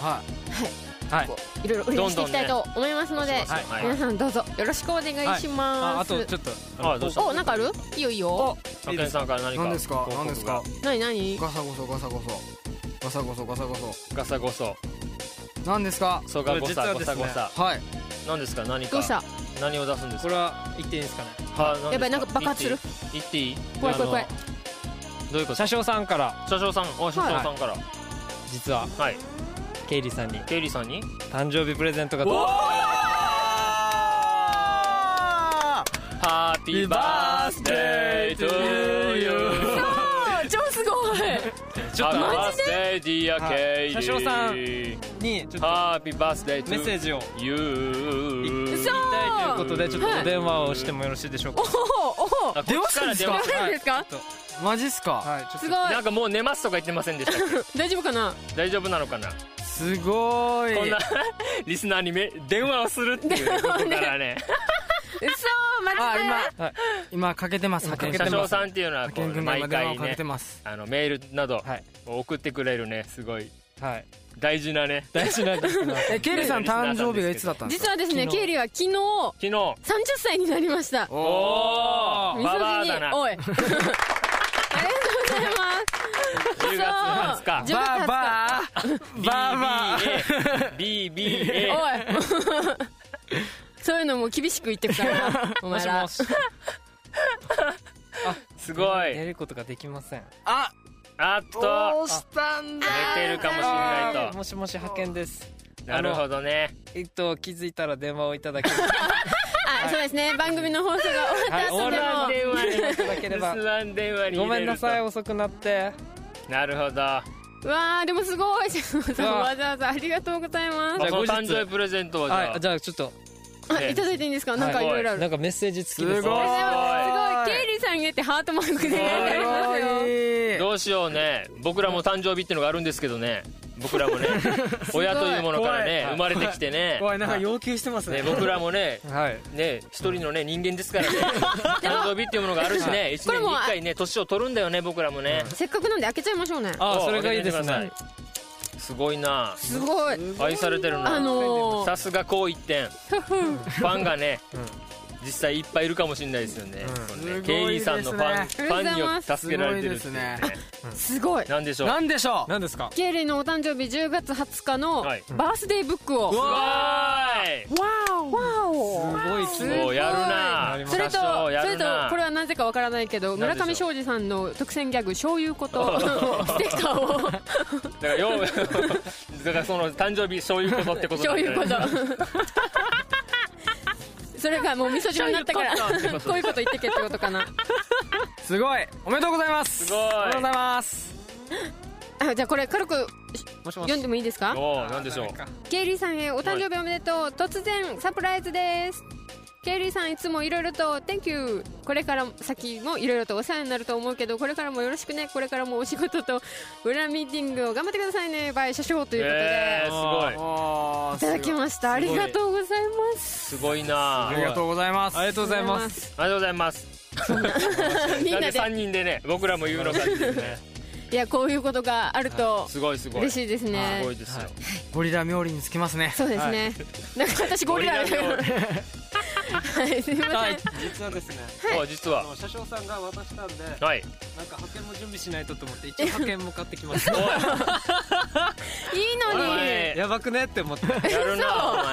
いろいろ売り出していきたいと思いますので、皆さんどうぞよろしくお願いします。 あとちょっとなんかある？いいよいいよ。 派遣さんから何か。 何ですか？ 何？ ガサゴソ。何ですか？ ソガゴサゴサゴサ。何ですか？何か。 どうした？ 何を出すんですか？ これは言っていいんですかね。 やばい、なんか爆発する。 言っていい？ 怖い。 どういうこと？ 車掌さんから。 車掌さんから実はケイリーさんに誕生日プレゼントが。 ハッピーバースデートゥーユー。 超すごい。 ちょっとマジでディアケイリー。 車掌さんにちょっとハッピーバースデートゥーメッセージをユー。 言いたいということでちょっとお電話をしてもよろしいでしょうか。 電話するんですか？ 何ですか？ マジっすか？ はい、ちょっとすごい。 なんかもう寝ますとか言ってませんでしたっけ？ 大丈夫かな？ 大丈夫なのかな？ すごい。 こんなリスナーに電話をするっていうことからね。 嘘、マジで。 今かけてます。 車掌さんっていうのはこう毎回ね、メールなどを送ってくれるね、すごい大事なね、 大事なんですね。ケイリーさん誕生日がいつだったんですか？ 実はですね、ケイリーは昨日30歳になりました。 おー、ババアだな。 おい。ありがとうございます。 10月20日。 バーバーバー BBA おい。そういうのも厳しく言ってくからな、お前ら。 もしもし。 すごい。 寝ることができません。 あっとどうしたんだ。 寝てるかもしれないと。 もしもし派遣です。 なるほどね。 気づいたら電話をいただける。 そうですね、番組の放送が終わった後でも電話にいただければ。留守番電話に。 ごめんなさい、遅くなって。 なるほど。 うわー、でもすごい。わざわざありがとうございます。 じゃあご誕生日プレゼントはじゃあちょっといただいていいんですか？なんかいろいろある。 なんかメッセージ付きです。 すごい。ケイリーさんへってハートマークでやりますよ。 どうしようね。僕らも誕生日ってのがあるんですけどね。僕らもね、親というものからね生まれてきてね。 怖い、なんか要求してますね。 僕らもね、一人のね人間ですからね。誕生日っていうものがあるしね、1年に1回ね年を取るんだよね、僕らもね。 せっかくなんで開けちゃいましょうね。 あ、それがいいですね。 すごいな。 すごい。 愛されてるな。さすがこう一点。ファンがね、実際いっぱいいるかもしれないですよね。ケイリーさんのファンに助けられてるってね。 すごい。 なんでしょう。 なんでしょう。 なんですか。 ケイリーのお誕生日10月20日のバースデーブックを。 すごい。 すごい。 やるな。 それとこれはなぜかわからないけど、村上庄司さんの特選ギャグ醤油ことステッカーを。 だからその誕生日醤油ことってことだね。 醤油こと。それがもう味噌汁になったからこういうこと言ってけってことかな。 すごい、おめでとうございます。 すごい、 おめでとうございます。 じゃあこれ軽く読んでもいいですか？ なんでしょう。 ケイリーさんへお誕生日おめでとう。突然サプライズです。ケイリーさんいつもいろいろと Thank you。 これから先もいろいろとお世話になると思うけど、これからもよろしくね。これからもお仕事と裏ミーティングを頑張ってくださいね。バイ車掌ということで、 すごいただきました。ありがとうございます。 すごいな。 ありがとうございます。 ありがとうございます。 ありがとうございます。 みんなで 3人でね、僕らも言うのかっていうね。 いや、こういうことがあると嬉しいですね。 すごいですよ。 ゴリラ冥利につきますね。 そうですね。なんか私ゴリラで。はい、すみません。 実はですね。 実は車掌さんが渡したんで、 はい。 なんか派遣も準備しないとと思って一応派遣も買ってきました。 いいのに。 やばくねって思って。 やるなお前。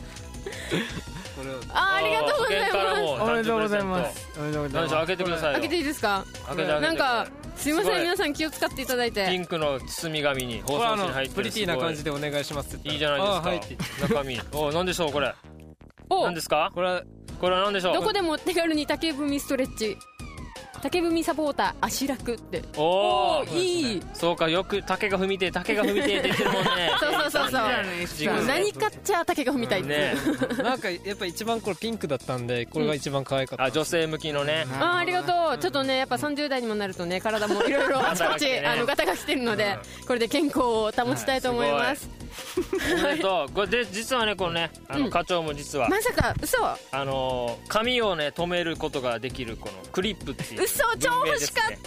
ありがとうございます。 おめでとうございます。おめでとうございます。 開けてください。 開けていいですか？なんかすいません、皆さん気を使っていただいて。 ピンクの包み紙に包装紙に入ってる。 プリティーな感じでお願いします。 いいじゃないですか。中身。なんでしょうこれ。何ですか？これは何でしょう。 どこでも手軽に竹踏みストレッチ。竹踏みサポーター足楽って。 おー、いい。 そうか、よく竹が踏みてって言ってるもんね。 そう何かっちゃ竹が踏みたいってなんかやっぱ一番これピンクだったんで、これが一番可愛かった。 女性向きのね。 ありがとう。ちょっとね、やっぱ30代にもなるとね、体もいろいろあちこちガタが来てるので、これで健康を保ちたいと思います。 おめでとう。これで実はね、このね、課長も実はまさか嘘。 髪をね止めることができるこのクリップっていう。 嘘、超欲しかった。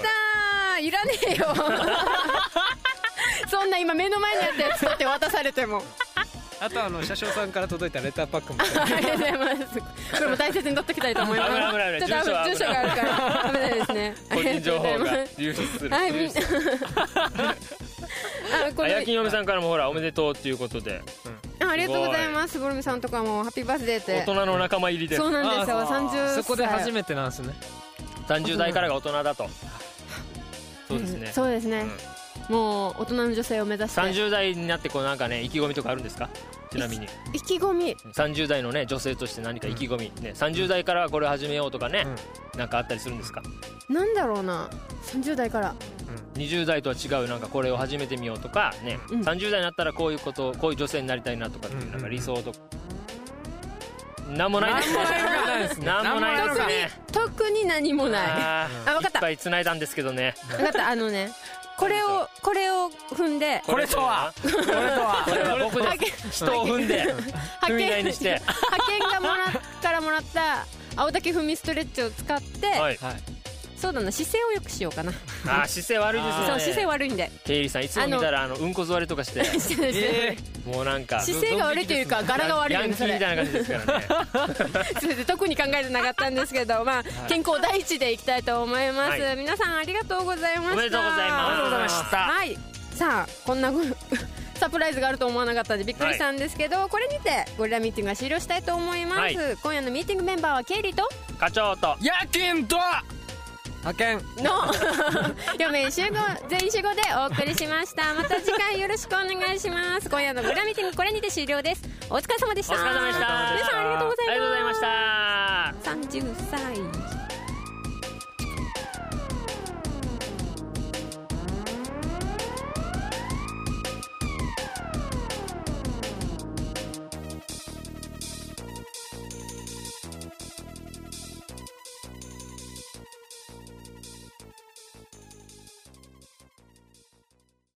いらねえよ。そんな今目の前にあったやつ取って渡されても。 あと車掌さんから届いたレターパックも。 ありがとうございます。これも大切に取っておきたいと思います。ちょっと住所があるから危ないですね。 個人情報が流出する。 はい、みんな。 夜勤嫁さんからもほらおめでとうっていうことで。 ありがとうございます。ボルミさんとかもハッピーバースデーって。 大人の仲間入りです。 そうなんですよ。30。 そこで初めてなんですね。 30代からが大人だと。そうですね。 そうですね。 もう大人の女性を目指して。 30代になってこうなんかね意気込みとかあるんですか？ちなみに意気込み、 30代のね女性として何か意気込み、ね、30代からこれを始めようとかね、なんかあったりするんですか？ なんだろうな、30代から、 20代とは違うなんかこれを始めてみようとかね、30代になったらこういうことこういう女性になりたいなとかっていうなんか理想とか、なんもないですね。なんもないですね。 特に何もない。あ、分かった。 いっぱい繋いだんですけどね。 分かった。これを踏んで、 これとは僕です人を踏んで踏み台にして派遣からもらった青竹踏みストレッチを使って、そうだな、姿勢を良くしようかな。 あ、姿勢悪いですよね。 そう、姿勢悪いんで。 ケイリーさんいつも見たらうんこ座りとかしてもうなんか姿勢が悪いというか柄が悪いよね。 ヤンキーみたいな感じですからね。 それで特に考えてなかったんですけど、まあ健康第一でいきたいと思います。皆さんありがとうございました。 おめでとうございます。ありがとうございました。 はい。さあこんなサプライズがあると思わなかったんでびっくりしたんですけど、これにてゴリラミーティングは終了したいと思います。今夜のミーティングメンバーはケイリーと課長とヤキンと派遣の4名集合全員集合でお送りしました。また次回よろしくお願いします。今夜のゴリラミーティングこれにて終了です。お疲れ様でした。 お疲れ様でした。 皆さんありがとうございます。 ありがとうございました。 30歳